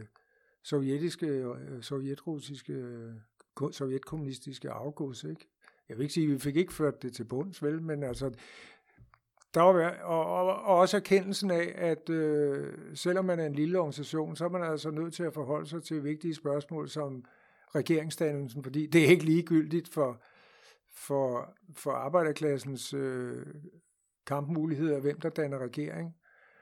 sovjetkommunistiske afgods, ikke? Jeg vil ikke sige, at vi fik ikke ført det til bunds, vel, men altså, der var, og også erkendelsen af, at selvom man er en lille organisation, så er man altså nødt til at forholde sig til vigtige spørgsmål som regeringsdannelsen, fordi det er ikke ligegyldigt for arbejderklassens kampmuligheder, hvem der danner regering.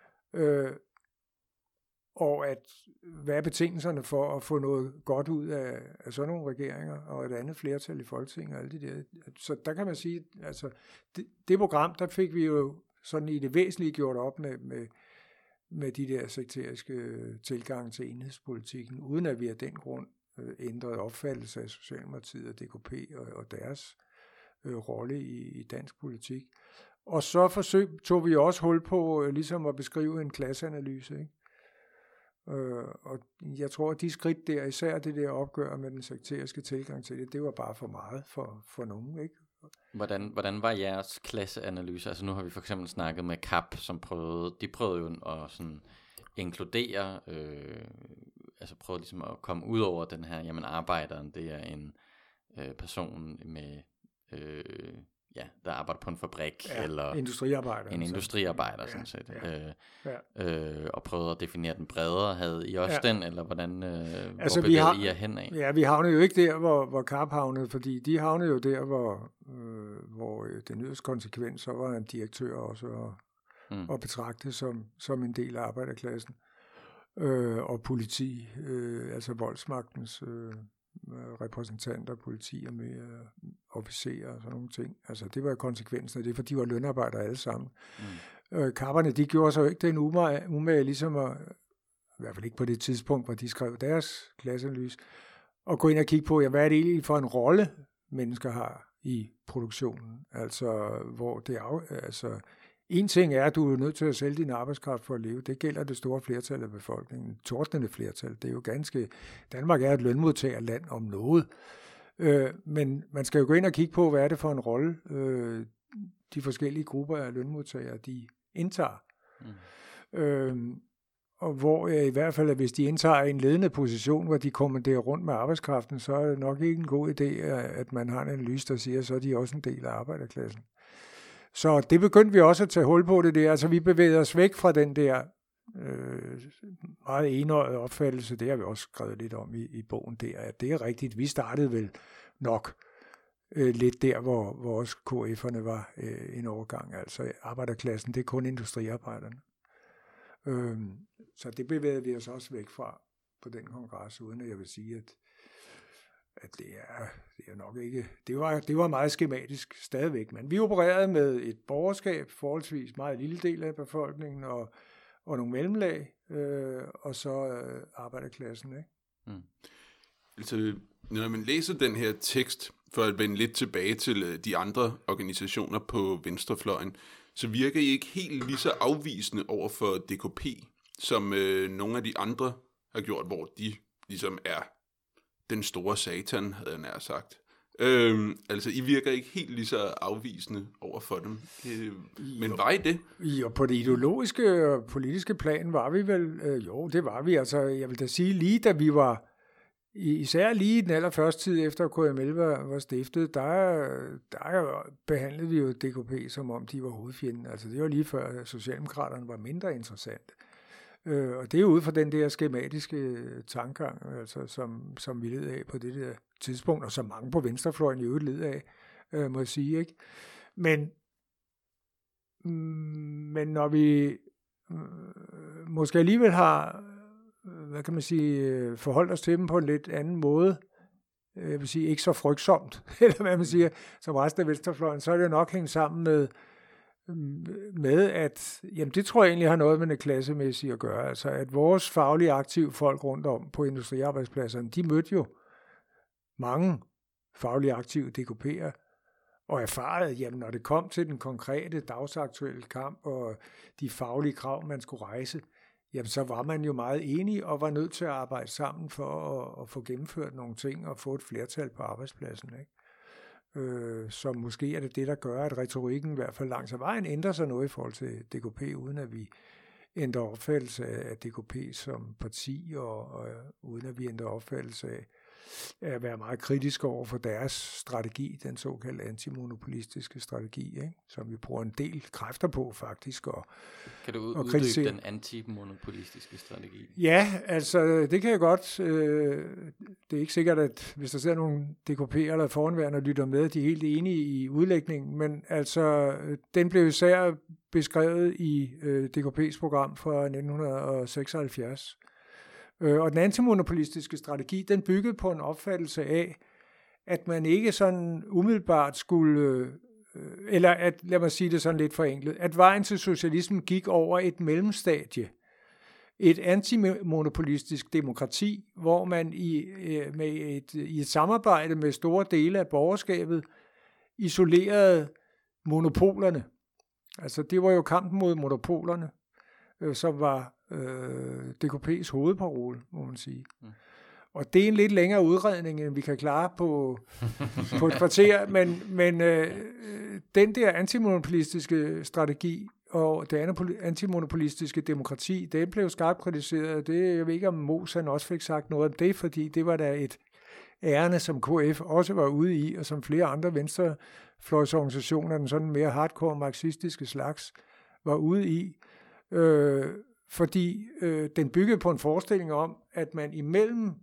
Og at hvad er betingelserne for at få noget godt ud af sådan nogle regeringer og et andet flertal i Folketinget og alle de der. Så der kan man sige, altså det program, der fik vi jo sådan i det væsentlige gjort op med de der sekteriske tilgange til enhedspolitikken, uden at vi af den grund ændrede opfattelse af Socialdemokratiet og DKP og deres rolle i dansk politik. Og så tog vi også hul på ligesom at beskrive en klasseanalyse, ikke? Og jeg tror, at de skridt der, især det der opgør med den sekteriske tilgang til det var bare for meget for nogen, ikke? Hvordan var jeres klasseanalyse? Altså nu har vi for eksempel snakket med KAP, som prøvede jo at sådan inkludere, altså prøvede ligesom at komme ud over den her, jamen arbejderen, det er en person med, der arbejder på en fabrik, eller industriarbejder, en industriarbejder, sådan set. Og prøvede at definere den bredere. Havde I også den, eller hvordan, altså, hvor bevægede I jer hen af? Ja, vi havnede jo ikke der, hvor KAP havnede, fordi de havnede jo der, hvor den yderste konsekvens, så var en direktør også og betragtet som en del af arbejderklassen. Og politi, altså voldsmagtens repræsentanter, politi og med officerer og sådan nogle ting. Altså det var konsekvensen af det, for de var lønarbejdere alle sammen. Kapperne, de gjorde så ikke den umage ligesom at, i hvert fald ikke på det tidspunkt, hvor de skrev deres klasseanalyse, og gå ind og kigge på, hvad er det egentlig for en rolle, mennesker har i produktionen. Altså hvor det en ting er, at du er nødt til at sælge din arbejdskraft for at leve. Det gælder det store flertal af befolkningen. Tordnende flertal. Det er jo Danmark er et lønmodtagerland om noget. Men man skal jo gå ind og kigge på, hvad er det for en rolle, de forskellige grupper af lønmodtagere, de indtager. Og hvor i hvert fald, at hvis de indtager en ledende position, hvor de kommanderer rundt med arbejdskraften, så er det nok ikke en god idé, at man har en analyse, der siger, så er de også en del af arbejderklassen. Så det begyndte vi også at tage hul på det der. Altså vi bevægede os væk fra den der meget enøjede opfattelse. Det har vi også skrevet lidt om i bogen der. At det er rigtigt. Vi startede vel nok lidt der, hvor også KF'erne var en overgang. Altså arbejderklassen, det er kun industriarbejderne. Så det bevægede vi os også væk fra på den kongres, uden at jeg vil sige, at det er nok ikke, det var meget skematisk stadigvæk, men vi opererede med et borgerskab, forholdsvis meget lille del af befolkningen, og nogle mellemlag, og så arbejderklassen, ikke? Altså, når man læser den her tekst, for at vende lidt tilbage til de andre organisationer på venstrefløjen, så virker I ikke helt lige så afvisende over for DKP, som nogle af de andre har gjort, hvor de ligesom er den store satan, havde jeg nær sagt. Altså, I virker ikke helt lige så afvisende over for dem. Men var I det? Jo, på det ideologiske og politiske plan var vi vel, det var vi. Altså, jeg vil da sige, lige da vi var, især lige i den allerførste tid efter KML var stiftet, der behandlede vi jo DKP, som om de var hovedfjenden. Altså, det var lige før Socialdemokraterne var mindre interessante. Og det er ud fra den der skematiske tankegang, altså, som vi led af på det der tidspunkt, og som mange på venstrefløjen i øvrigt led af, må jeg sige, ikke? Men når vi måske alligevel har, hvad kan man sige, forholdt os til dem på en lidt anden måde, jeg vil sige ikke så frygtsomt, eller hvad man siger, som resten af venstrefløjen, så er det jo nok hængt sammen med at, jamen det tror jeg egentlig har noget med det klassemæssige at gøre, altså at vores faglige aktive folk rundt om på industriarbejdspladserne, de mødte jo mange faglige aktive DKP'er, og erfarede, jamen når det kom til den konkrete dagsaktuelle kamp, og de faglige krav, man skulle rejse, jamen så var man jo meget enig, og var nødt til at arbejde sammen for at få gennemført nogle ting, og få et flertal på arbejdspladsen, ikke? Så måske er det det, der gør, at retorikken i hvert fald langs ad vejen ændrer sig noget i forhold til DKP, uden at vi ændrer opfattelse af DKP som parti, og uden at vi ændrer opfattelse af at være meget kritisk over for deres strategi, den såkaldte antimonopolistiske strategi, ikke? Som vi bruger en del kræfter på faktisk. Kan du uddybe den antimonopolistiske strategi? Ja, altså det kan jeg godt. Det er ikke sikkert, at hvis der sidder nogle DKP'er eller foranværende og lytter med, de er helt enige i udlægningen, men altså den blev især beskrevet i DKP's program fra 1976. Og den antimonopolistiske strategi, den byggede på en opfattelse af, at man ikke sådan umiddelbart skulle, eller at, lad mig sige det sådan lidt forenklet, at vejen til socialismen gik over et mellemstadie. Et antimonopolistisk demokrati, hvor man i et samarbejde med store dele af borgerskabet isolerede monopolerne. Altså, det var jo kampen mod monopolerne, som var DKP's hovedparole, må man sige. Og det er en lidt længere udredning, end vi kan klare på et kvarter, men den der antimonopolistiske strategi og det antimonopolistiske demokrati, det blev skarpt kritiseret. Det, jeg ved ikke, om Moos han også fik sagt noget om det, fordi det var da et ærende, som KF også var ude i, og som flere andre venstrefløjsorganisationer, den sådan mere hardcore marxistiske slags, var ude i. Fordi den byggede på en forestilling om, at man imellem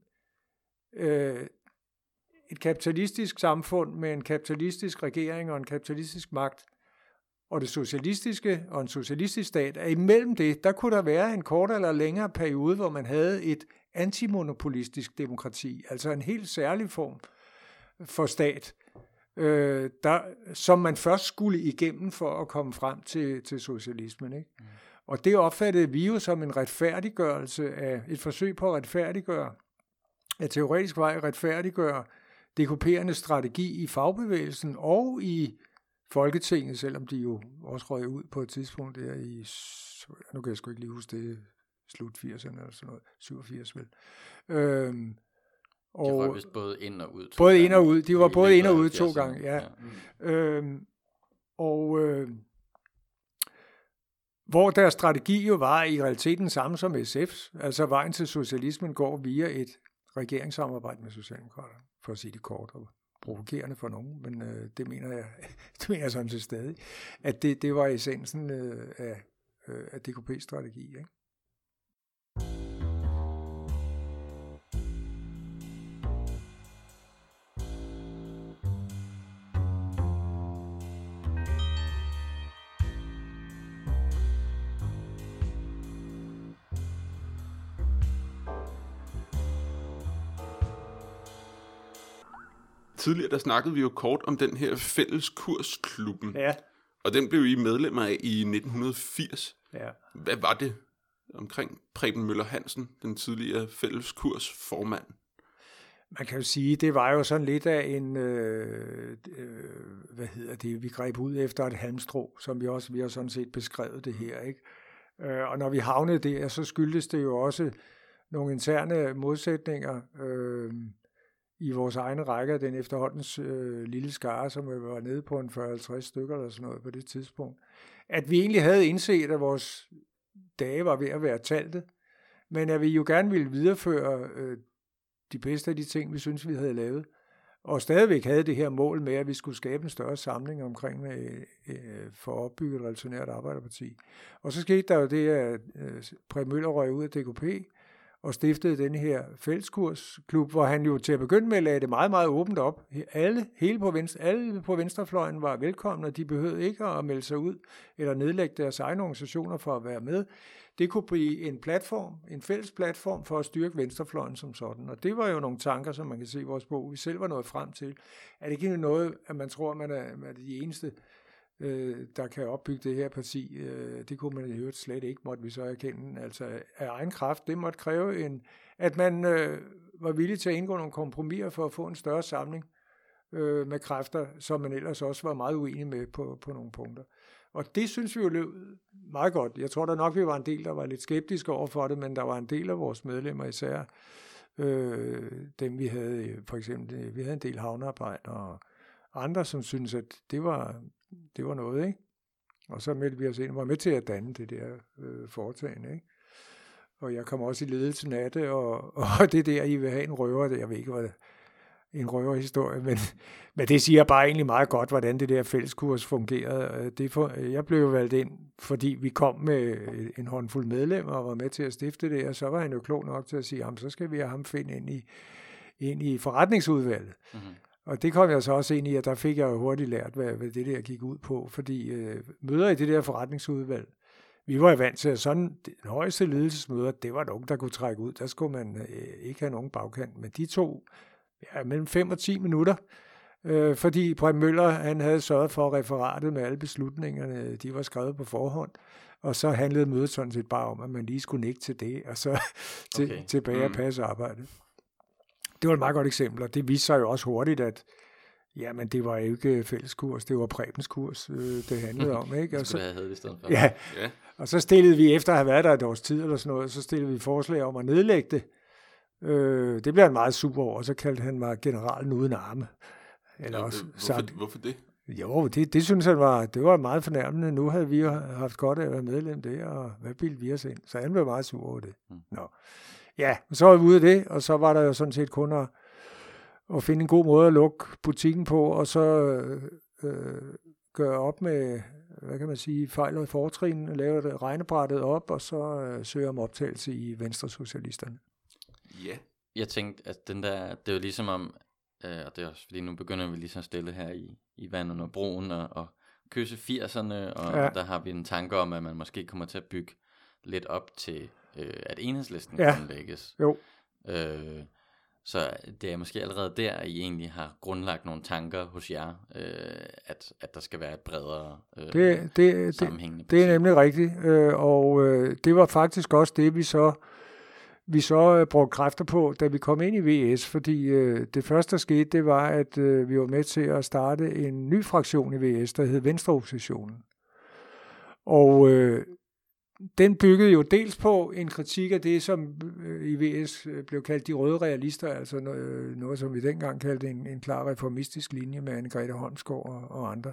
et kapitalistisk samfund med en kapitalistisk regering og en kapitalistisk magt, og det socialistiske og en socialistisk stat, at imellem det, der kunne der være en kortere eller længere periode, hvor man havde et antimonopolistisk demokrati, altså en helt særlig form for stat, som man først skulle igennem for at komme frem til socialismen. Ikke? Og det opfattede vi jo som en retfærdiggørelse af, et forsøg på at retfærdiggøre, at teoretisk vej retfærdiggøre DKP'ernes strategi i fagbevægelsen og i Folketinget, selvom de jo også røg ud på et tidspunkt der i, nu kan jeg sgu ikke lige huske det, slut 80'erne eller sådan noget, 87 vel. De røg vist både ind og ud. Både ind og ud. De var både ind og ud 2 gange, ja. Hvor deres strategi jo var i realiteten den samme som SF's. Altså vejen til socialismen går via et regeringssamarbejde med Socialdemokraterne, for at sige det kort og provokerende for nogen, men det mener jeg sådan set stadig, at det var essensen af DKP's strategi, ikke? Tidligere der snakkede vi jo kort om den her Fælleskursklubben. Ja. Og den blev I medlemmer af i 1980. Ja. Hvad var det omkring Preben Møller Hansen, den tidligere Fælleskursformand? Man kan jo sige, det var jo sådan lidt af en, vi greb ud efter et halmstrå, som vi har sådan set beskrevet det her, ikke? Og når vi havnede der, så skyldtes det jo også nogle interne modsætninger, i vores egne rækker, den efterhåndens lille skare, som var nede på en 40-50 stykker eller sådan noget på det tidspunkt, at vi egentlig havde indset, at vores dage var ved at være talte, men at vi jo gerne ville videreføre de bedste af de ting, vi synes, vi havde lavet, og stadigvæk havde det her mål med, at vi skulle skabe en større samling omkring for at opbygge et revolutionært arbejderparti. Og så skete der jo det, at Preben Møller røg ud af DKP, og stiftede den her fælleskursklub, hvor han jo til at begynde med lagde det meget, meget åbent op. Alle på venstrefløjen var velkomne, og de behøvede ikke at melde sig ud eller nedlægge deres egne organisationer for at være med. Det kunne blive en platform, en fælles platform for at styrke venstrefløjen som sådan. Og det var jo nogle tanker, som man kan se i vores bog, vi selv var nået frem til. Er det ikke noget, at man tror, at man er de eneste, der kan opbygge det her parti? Det kunne man i øvrigt slet ikke, måtte vi så erkende. Altså af egen kraft, det måtte kræve at man var villig til at indgå nogle kompromiser for at få en større samling med kræfter, som man ellers også var meget uenig med på nogle punkter. Og det synes vi jo løb meget godt. Jeg tror da nok, vi var en del, der var lidt skeptiske over for det, men der var en del af vores medlemmer, især dem vi havde, for eksempel, vi havde en del havnearbejdere og andre, som synes at det var noget, ikke? Og så meldte vi os ind og var med til at danne det der foretagende, ikke? Og jeg kom også i ledelsen af det, og det der, I vil have en røver, jeg ved ikke, hvad en røverhistorie, men det siger bare egentlig meget godt, hvordan det der fælleskurs fungerede. Jeg blev jo valgt ind, fordi vi kom med en håndfuld medlemmer og var med til at stifte det, og så var han jo klog nok til at sige, så skal vi have ham finde ind i forretningsudvalget. Mm-hmm. Og det kom jeg så også ind i, og der fik jeg jo hurtigt lært, hvad det der gik ud på, fordi møder i det der forretningsudvalg, vi var jo vant til, at sådan den højeste ledelsesmøder, det var nogen, der kunne trække ud. Der skulle man ikke have nogen bagkant, men de tog mellem 5 og 10 minutter, fordi Preben Møller, han havde sørget for referatet med alle beslutningerne, de var skrevet på forhånd, og så handlede mødet sådan set bare om, at man lige skulle nikke til det, og så tilbage og passe arbejdet. Det var et meget godt eksempel, og det viste sig jo også hurtigt, Jamen, det var jo ikke fælleskurs, det var Prebens kurs, det handlede om, ikke? Det skulle have heddet i stedet for. Ja, og så stillede vi, efter at have været der et års tid eller sådan noget, så stillede vi forslag om at nedlægge det. Det blev han meget sur over, og så kaldte han mig generalen uden arme. Eller også hvorfor det? Jo, det synes han var meget fornærmende. Nu havde vi jo haft godt af at være medlem der, og hvad bildte vi os ind? Så han blev meget sur over det. Nå. Ja, så var vi ude af det, og så var der jo sådan set kun at finde en god måde at lukke butikken på, og så gøre op med, hvad kan man sige, fejl og fortrin, lave det regnebrættet op, og så søge om optagelse i Venstresocialisterne. Ja. Jeg tænkte, at den der, det er jo ligesom om, og det er også fordi nu begynder vi lige så stille her i Vand under broen og kysse 80'erne, og der har vi en tanke om, at man måske kommer til at bygge lidt op til, at Enhedslisten grundlægges. Jo. Så det er måske allerede der, at I egentlig har grundlagt nogle tanker hos jer, at der skal være et bredere sammenhængende parti. Det er nemlig rigtigt, og det var faktisk også det, vi så brugte kræfter på, da vi kom ind i VS, fordi det første, der skete, det var, at vi var med til at starte en ny fraktion i VS, der hed Venstreoppositionen. Og den byggede jo dels på en kritik af det, som i VS blev kaldt de røde realister, altså noget som vi dengang kaldte en klar reformistisk linje med Anne-Grethe Holmsgaard og andre.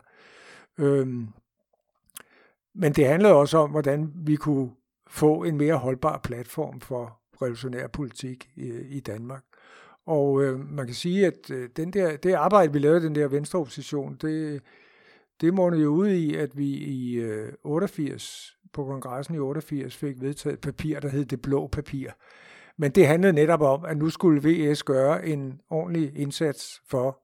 Men det handlede også om, hvordan vi kunne få en mere holdbar platform for revolutionær politik i Danmark. Og man kan sige, at det arbejde, vi lavede, den der venstreopposition, det mundede jo ud i, at vi i 88, på kongressen i 88, fik vedtaget et papir, der hed Det Blå Papir. Men det handlede netop om, at nu skulle VS gøre en ordentlig indsats for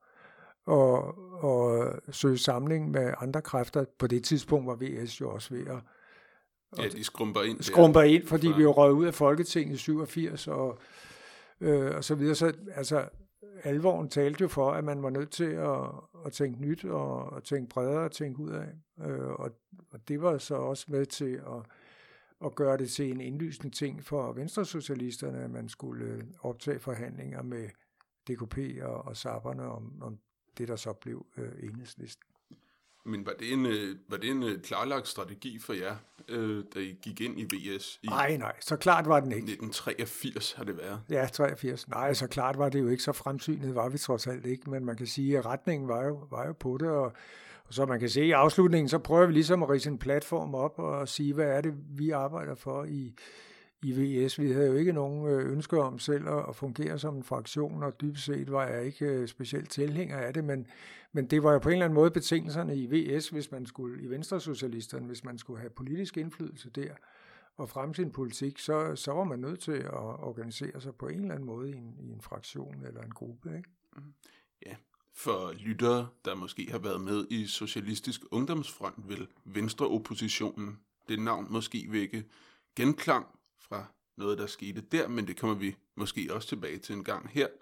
at søge samling med andre kræfter. På det tidspunkt var VS jo også ved at de skrumper ind, fordi vi jo røg ud af Folketinget i 87 og så videre. Så altså, alvoren talte jo for, at man var nødt til at tænke nyt og tænke bredere og tænke ud af. Og det var så også med til at gøre det til en indlysende ting for venstresocialisterne, at man skulle optage forhandlinger med DKP og Zapperne om det, der så blev Enhedslisten. Men var det en klarlagt strategi for jer, da I gik ind i VS? Nej, så klart var den ikke. 1983 har det været. Ja, 83. Nej, så klart var det jo ikke, så fremsynet var vi trods alt ikke, men man kan sige, at retningen var jo på det, og så man kan se i afslutningen, så prøver vi ligesom at ridse en platform op og sige, hvad er det, vi arbejder for i VS. Vi havde jo ikke nogen ønsker om selv at fungere som en fraktion, og dybest set var jeg ikke specielt tilhænger af det, men det var jo på en eller anden måde betingelserne i VS, hvis man skulle, i Venstresocialisterne, hvis man skulle have politisk indflydelse der og fremme sin politik, så var man nødt til at organisere sig på en eller anden måde i en fraktion eller en gruppe, ikke? Ja, for lyttere, der måske har været med i Socialistisk Ungdomsfront, vil Venstreoppositionen, det navn måske vække genklang fra noget, der skete der, men det kommer vi måske også tilbage til en gang her.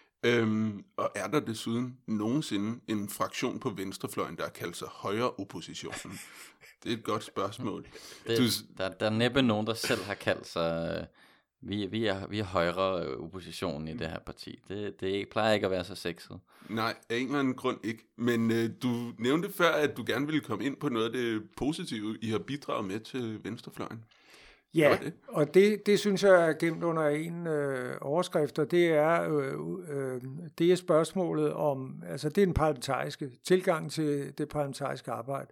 Og er der desuden nogensinde en fraktion på venstrefløjen, der har kaldt sig højreoppositionen? Det er et godt spørgsmål. Der er næppe nogen, der selv har kaldt sig, vi er højre oppositionen i det her parti. Det plejer ikke at være så sexet. Nej, af en eller anden grund ikke. Men du nævnte før, at du gerne ville komme ind på noget af det positive, I har bidraget med til venstrefløjen. Ja, og det synes jeg er gemt under en overskrift, og det er spørgsmålet om, altså det er den parlamentariske tilgang til det parlamentariske arbejde.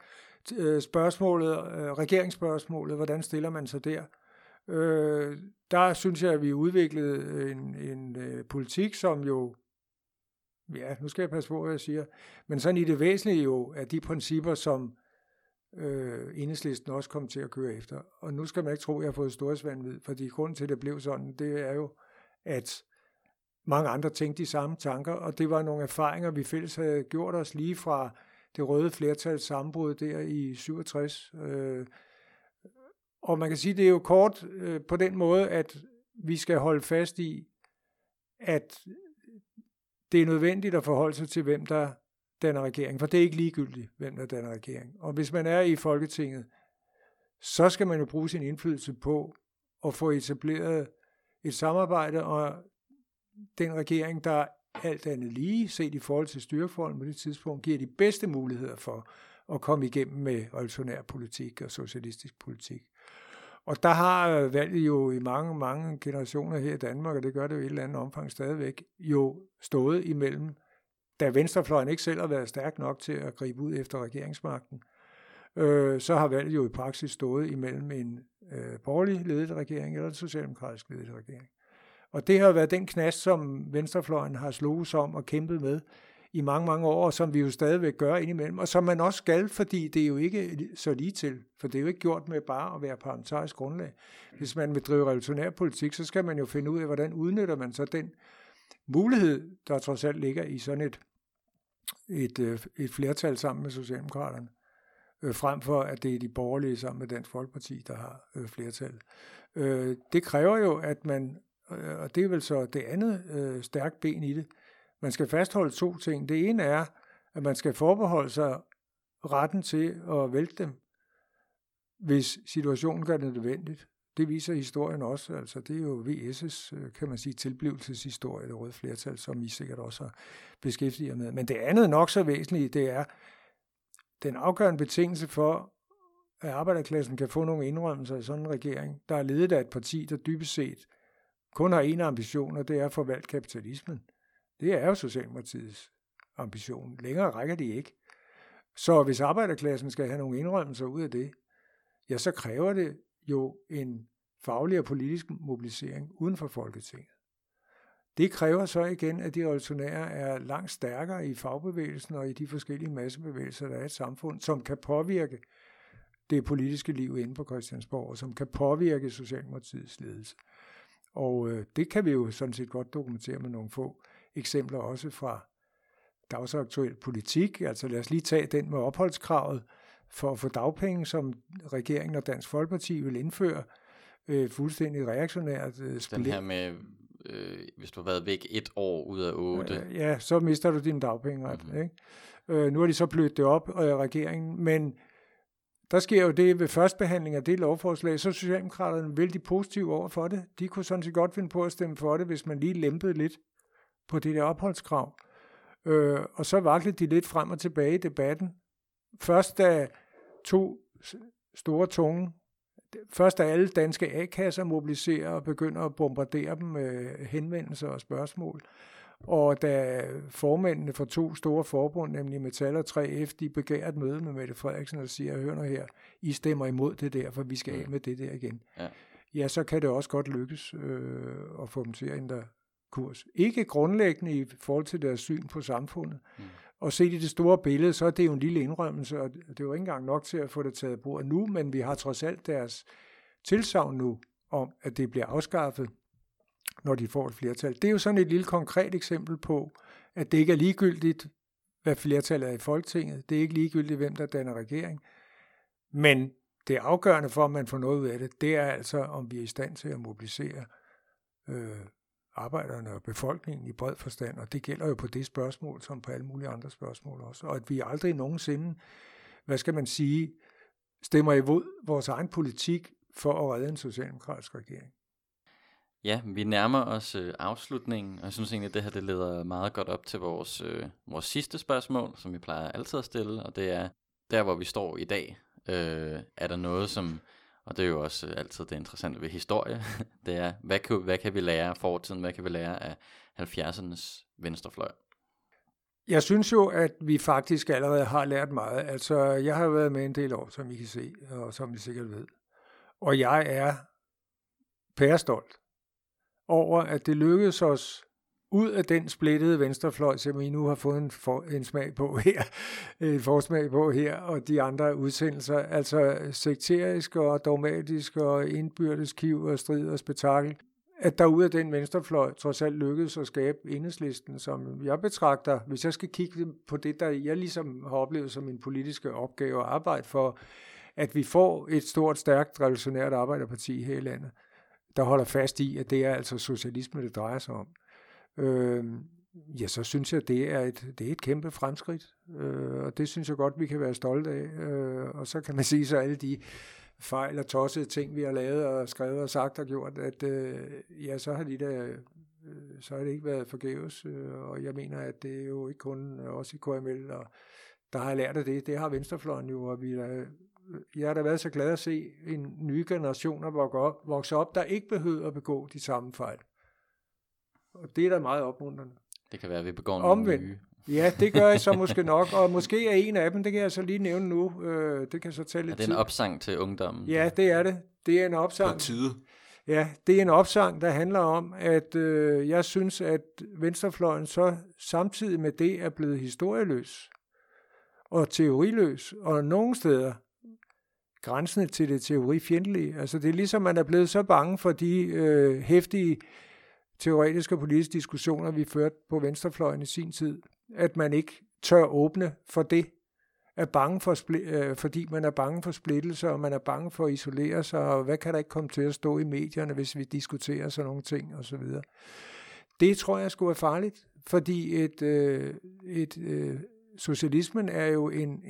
Regeringsspørgsmålet, hvordan stiller man sig der? Der synes jeg, at vi udviklede en politik, som jo, ja, nu skal jeg passe på, hvad jeg siger, men sådan i det væsentlige jo, er de principper, som Enhedslisten også kom til at køre efter. Og nu skal man ikke tro, at jeg har fået storhedsvanvid, fordi grunden til, at det blev sådan, det er jo, at mange andre tænkte de samme tanker, og det var nogle erfaringer, vi fælles havde gjort os lige fra det røde flertals sammenbrud der i 67. Og man kan sige, det er jo kort på den måde, at vi skal holde fast i, at det er nødvendigt at forholde sig til, hvem der danner regering, for det er ikke ligegyldigt, hvem der danner regering. Og hvis man er i Folketinget, så skal man jo bruge sin indflydelse på at få etableret et samarbejde, og den regering, der alt andet lige, set i forhold til styrkeforholdet på det tidspunkt, giver de bedste muligheder for at komme igennem med revolutionær politik og socialistisk politik. Og der har valget jo i mange, mange generationer her i Danmark, og det gør det jo i et eller andet omfang stadigvæk, jo stået imellem, da venstrefløjen ikke selv har været stærk nok til at gribe ud efter regeringsmagten, så har valget jo i praksis stået imellem en borgerlig ledet regering eller en socialdemokratisk ledet regering. Og det har været den knast, som venstrefløjen har sloges om og kæmpet med i mange, mange år, og som vi jo stadigvæk gør indimellem, og som man også skal, fordi det er jo ikke så lige til, for det er jo ikke gjort med bare at være parlamentarisk grundlag. Hvis man vil drive revolutionær politik, så skal man jo finde ud af, hvordan udnytter man så den mulighed, der trods alt ligger i sådan et flertal sammen med Socialdemokraterne, frem for at det er de borgerlige sammen med Dansk Folkeparti, der har flertal. Det kræver jo, at man, og det er vel så det andet stærkt ben i det, man skal fastholde to ting. Det ene er, at man skal forbeholde sig retten til at vælte dem, hvis situationen gør det nødvendigt. Det viser historien også. Altså, det er jo VS's, kan man sige, tilblivelseshistorie, det røde flertal, som I sikkert også har beskæftiget med. Men det andet nok så væsentligt, det er den afgørende betingelse for, at arbejderklassen kan få nogle indrømmelser i sådan en regering, der er ledet af et parti, der dybest set kun har en ambition, og det er at forvalte kapitalismen. Det er jo Socialdemokratiets ambition. Længere rækker de ikke. Så hvis arbejderklassen skal have nogle indrømmelser ud af det, ja, så kræver det jo en faglig og politisk mobilisering uden for Folketinget. Det kræver så igen, at de revolutionære er langt stærkere i fagbevægelsen og i de forskellige massebevægelser, der er i et samfund, som kan påvirke det politiske liv inde på Christiansborg, og som kan påvirke Socialdemokratiets ledelse. Og det kan vi jo sådan set godt dokumentere med nogle få eksempler også fra dagsaktuel politik. Altså lad os lige tage den med opholdskravet for at få dagpenge, som regeringen og Dansk Folkeparti vil indføre. Fuldstændig reaktionært. Den her med, hvis du har været væk 1 år ud af 8. Ja, så mister du din dagpengeret. Mm-hmm. Ikke? Nu har de så blødt det op, regeringen, men der sker jo det ved førstbehandling af det lovforslag, så Socialdemokraterne er vældig positive over for det. De kunne sådan set godt finde på at stemme for det, hvis man lige lempede lidt på det der opholdskrav. Og så vaklede de lidt frem og tilbage i debatten. Først da alle danske A-kasser mobiliserer og begynder at bombardere dem med henvendelser og spørgsmål. Og da formændene for 2 store forbund, nemlig Metal og 3F, de begærer et møde med Mette Frederiksen og siger, hør nu her, I stemmer imod det der, for vi skal af med det der igen. Ja, så kan det også godt lykkes at få dem til at ændre kurs. Ikke grundlæggende i forhold til deres syn på samfundet. Og set i det store billede, så er det jo en lille indrømmelse, og det er jo ikke engang nok til at få det taget på bordet nu, men vi har trods alt deres tilsagn nu om, at det bliver afskaffet, når de får et flertal. Det er jo sådan et lille konkret eksempel på, at det ikke er ligegyldigt, hvad flertallet er i Folketinget. Det er ikke ligegyldigt, hvem der danner regering. Men det afgørende for, at man får noget ud af det, det er altså, om vi er i stand til at mobilisere arbejderne og befolkningen i bred forstand, og det gælder jo på det spørgsmål, som på alle mulige andre spørgsmål også, og at vi aldrig nogensinde, stemmer imod vores egen politik for at redde en socialdemokratisk regering. Ja, vi nærmer os afslutningen, og jeg synes egentlig, at det her det leder meget godt op til vores sidste spørgsmål, som vi plejer altid at stille, og det er, der hvor vi står i dag, er der noget, som, og det er jo også altid det interessante ved historie, det er, hvad kan vi lære af fortiden, hvad kan vi lære af 70'ernes venstrefløj? Jeg synes jo, at vi faktisk allerede har lært meget. Altså, jeg har været med en del år, som I kan se, og som I sikkert ved. Og jeg er pærestolt over, at det lykkedes os ud af den splittede venstrefløj, som I nu har fået en smag på her, en forsmag på her, og de andre udsendelser, altså sekterisk og dogmatisk og indbyrdes kiv og strid og spektakel, at der ud af den venstrefløj trods alt lykkedes at skabe Enhedslisten, som jeg betragter, hvis jeg skal kigge på det, der jeg ligesom har oplevet som en politiske opgave at arbejde for, at vi får et stort, stærkt, revolutionært arbejderparti her i landet, der holder fast i, at det er altså socialisme, det drejer sig om. Ja, så synes jeg, det er et kæmpe fremskridt, og det synes jeg godt, vi kan være stolte af, og så kan man sige så alle de fejl og tossede ting, vi har lavet og skrevet og sagt og gjort, at ja, så har de der så har det ikke været forgæves, og jeg mener, at det er jo ikke kun os i KML, og der har jeg lært af det. Det har venstrefløjen jo, og jeg har da været så glad at se en nye generationer vokse op, der ikke behøver at begå de samme fejl. Og det er da meget opmuntrende. Det kan være, at vi begår nogle nye. Ja, det gør jeg så måske nok, og måske er en af dem, det kan jeg så lige nævne nu. Det kan så tage lidt tid. Er det en opsang til ungdommen? Ja, det er det. Det er en opsang. På tide. Ja, det er en opsang, der handler om, at jeg synes, at venstrefløjen så samtidig med det er blevet historieløs og teoriløs, og nogle steder grænsende til det teorifjendtlige. Altså det er ligesom, man er blevet så bange for de heftige teoretiske og politiske diskussioner, vi førte på venstrefløjen i sin tid, at man ikke tør åbne for det, er bange for fordi man er bange for splittelser, og man er bange for at isolere sig, og hvad kan der ikke komme til at stå i medierne, hvis vi diskuterer sådan nogle ting, og så videre. Det tror jeg skulle være farligt, fordi socialismen er jo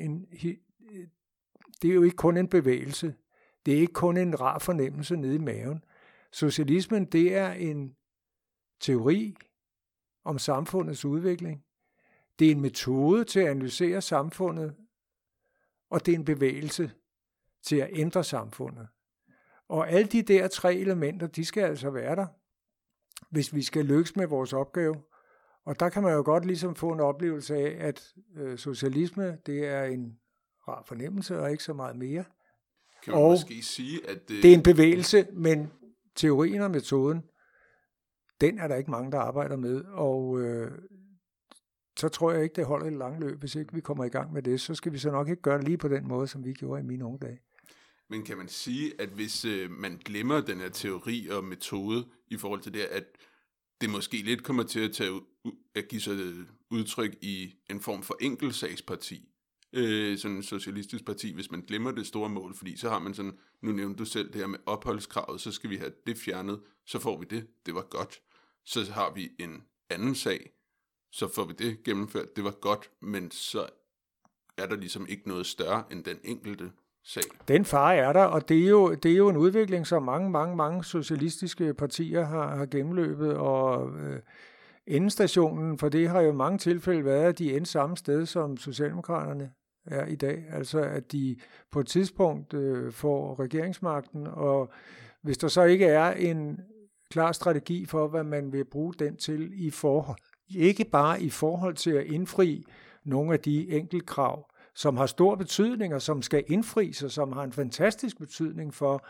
det er jo ikke kun en bevægelse, det er ikke kun en rar fornemmelse nede i maven. Socialismen, det er en teori om samfundets udvikling. Det er en metode til at analysere samfundet, og det er en bevægelse til at ændre samfundet. Og alle de der 3 elementer, de skal altså være der, hvis vi skal lykkes med vores opgave. Og der kan man jo godt ligesom få en oplevelse af, at socialisme, det er en rar fornemmelse, og ikke så meget mere. Kan man måske sige, at det er en bevægelse, men teorien og metoden, den er der ikke mange, der arbejder med, og så tror jeg ikke, det holder et langt løb. Hvis ikke vi kommer i gang med det, så skal vi så nok ikke gøre det lige på den måde, som vi gjorde i mine unge dage. Men kan man sige, at hvis man glemmer den her teori og metode i forhold til det, at det måske lidt kommer til at give sig udtryk i en form for enkeltsagsparti, sådan en socialistisk parti, hvis man glemmer det store mål, fordi så har man sådan, nu nævnte du selv det her med opholdskravet, så skal vi have det fjernet, så får vi det var godt. Så har vi en anden sag, så får vi det gennemført, det var godt, men så er der ligesom ikke noget større end den enkelte sag. Den fare er der, og det er jo en udvikling, som mange socialistiske partier har gennemløbet, og endestationen for det har jo i mange tilfælde været, at de endte samme sted, som Socialdemokraterne er i dag. Altså at de på et tidspunkt får regeringsmagten, og hvis der så ikke er en klar strategi for, hvad man vil bruge den til i forhold, ikke bare i forhold til at indfri nogle af de enkeltkrav, som har stor betydning, og som skal indfries, og som har en fantastisk betydning for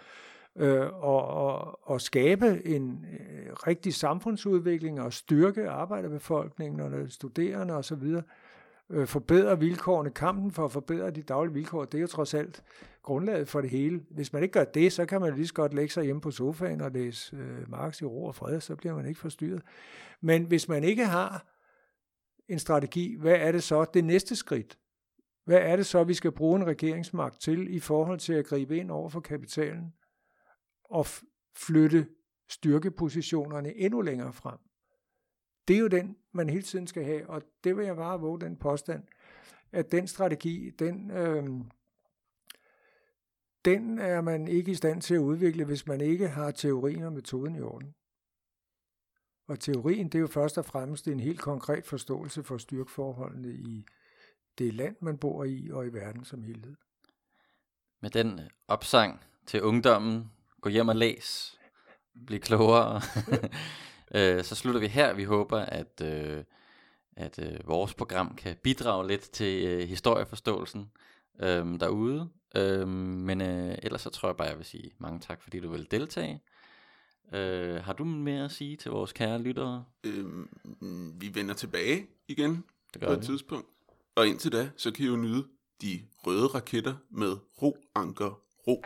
at skabe en rigtig samfundsudvikling og styrke arbejderbefolkningen og studerende osv., forbedre vilkårene, kampen for at forbedre de daglige vilkår, det er jo trods alt grundlaget for det hele. Hvis man ikke gør det, så kan man lige så godt lægge sig hjemme på sofaen og læse Marx i ro og fred, så bliver man ikke forstyrret. Men hvis man ikke har en strategi, hvad er det så det næste skridt? Hvad er det så, vi skal bruge en regeringsmagt til i forhold til at gribe ind over for kapitalen og flytte styrkepositionerne endnu længere frem? Det er jo den, man hele tiden skal have, og det vil jeg bare våge den påstand, at den strategi, den er man ikke i stand til at udvikle, hvis man ikke har teorien og metoden i orden. Og teorien, det er jo først og fremmest en helt konkret forståelse for styrkeforholdene i det land, man bor i, og i verden som helhed. Med den opsang til ungdommen, gå hjem og læs, bliv klogere, så slutter vi her. Vi håber, at vores program kan bidrage lidt til historieforståelsen derude. Men ellers så tror jeg bare, jeg vil sige mange tak, fordi du vil deltage. Har du mere at sige til vores kære lyttere? Vi vender tilbage igen på et tidspunkt. Og indtil da, så kan I jo nyde de røde raketter med Ro, Anker, Ro.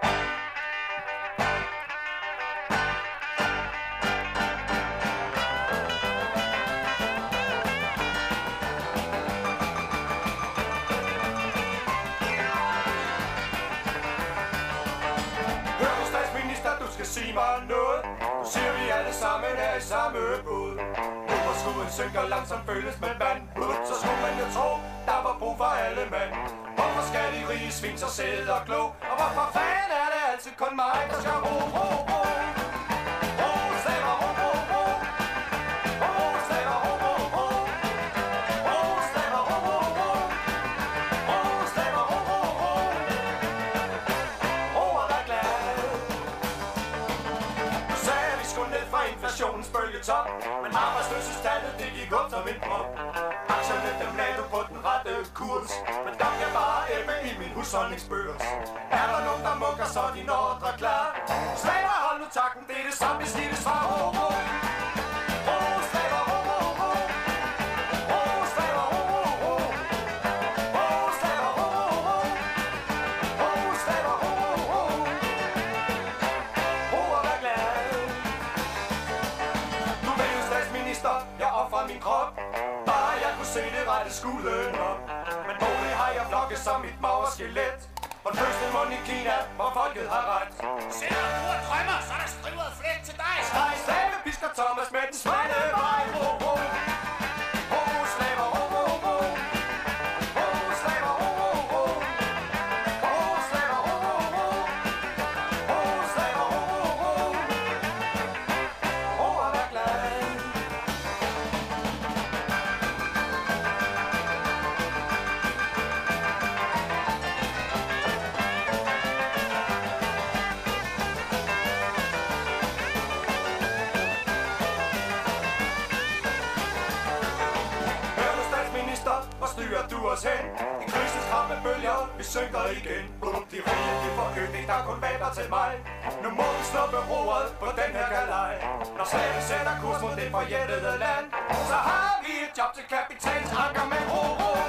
Hør, statsminister, du skal sige mig noget. Nu siger vi alle sammen er i samme båd. Skuden synker langsomt føles med vand. Så skulle man jo tro, der var brug for alle mand. Hvorfor skal de rige svin så sæde og glo? Og hvorfor fanden er det altid kun mig, der skal ro, ro, ro? Ro, slaver, ro, ro, ro. Alt det gik op som en prop. Aktierne dem lagde du på den rette kurs. Men der bliver bare ebbe i min husholdningsbørs. Er der nogen der mukker, så er din ordre klar. Slaver, hold nu takken, det er det samme beskidte svar. Slaver, slaver, min krop. Bare jeg kunne se det rette skuden op. Men bolig har jeg flokket som mit magre skelet. På den første mund i Kina, hvor folket har ret. Sætter du og drømmer, så er der skrivet flæt til dig. Streg slave, pisker Thomas med den smalle vej. Slaver, slaver, du os hen. I krisens kramme bølger, vi synker igen. De rige, de får kødning, der kun vaber til mig. Nu må vi snuppe roret på den her galej. Når slaven sætter kurs mod det forjættede land, så har vi et job til kapitans anker med ro.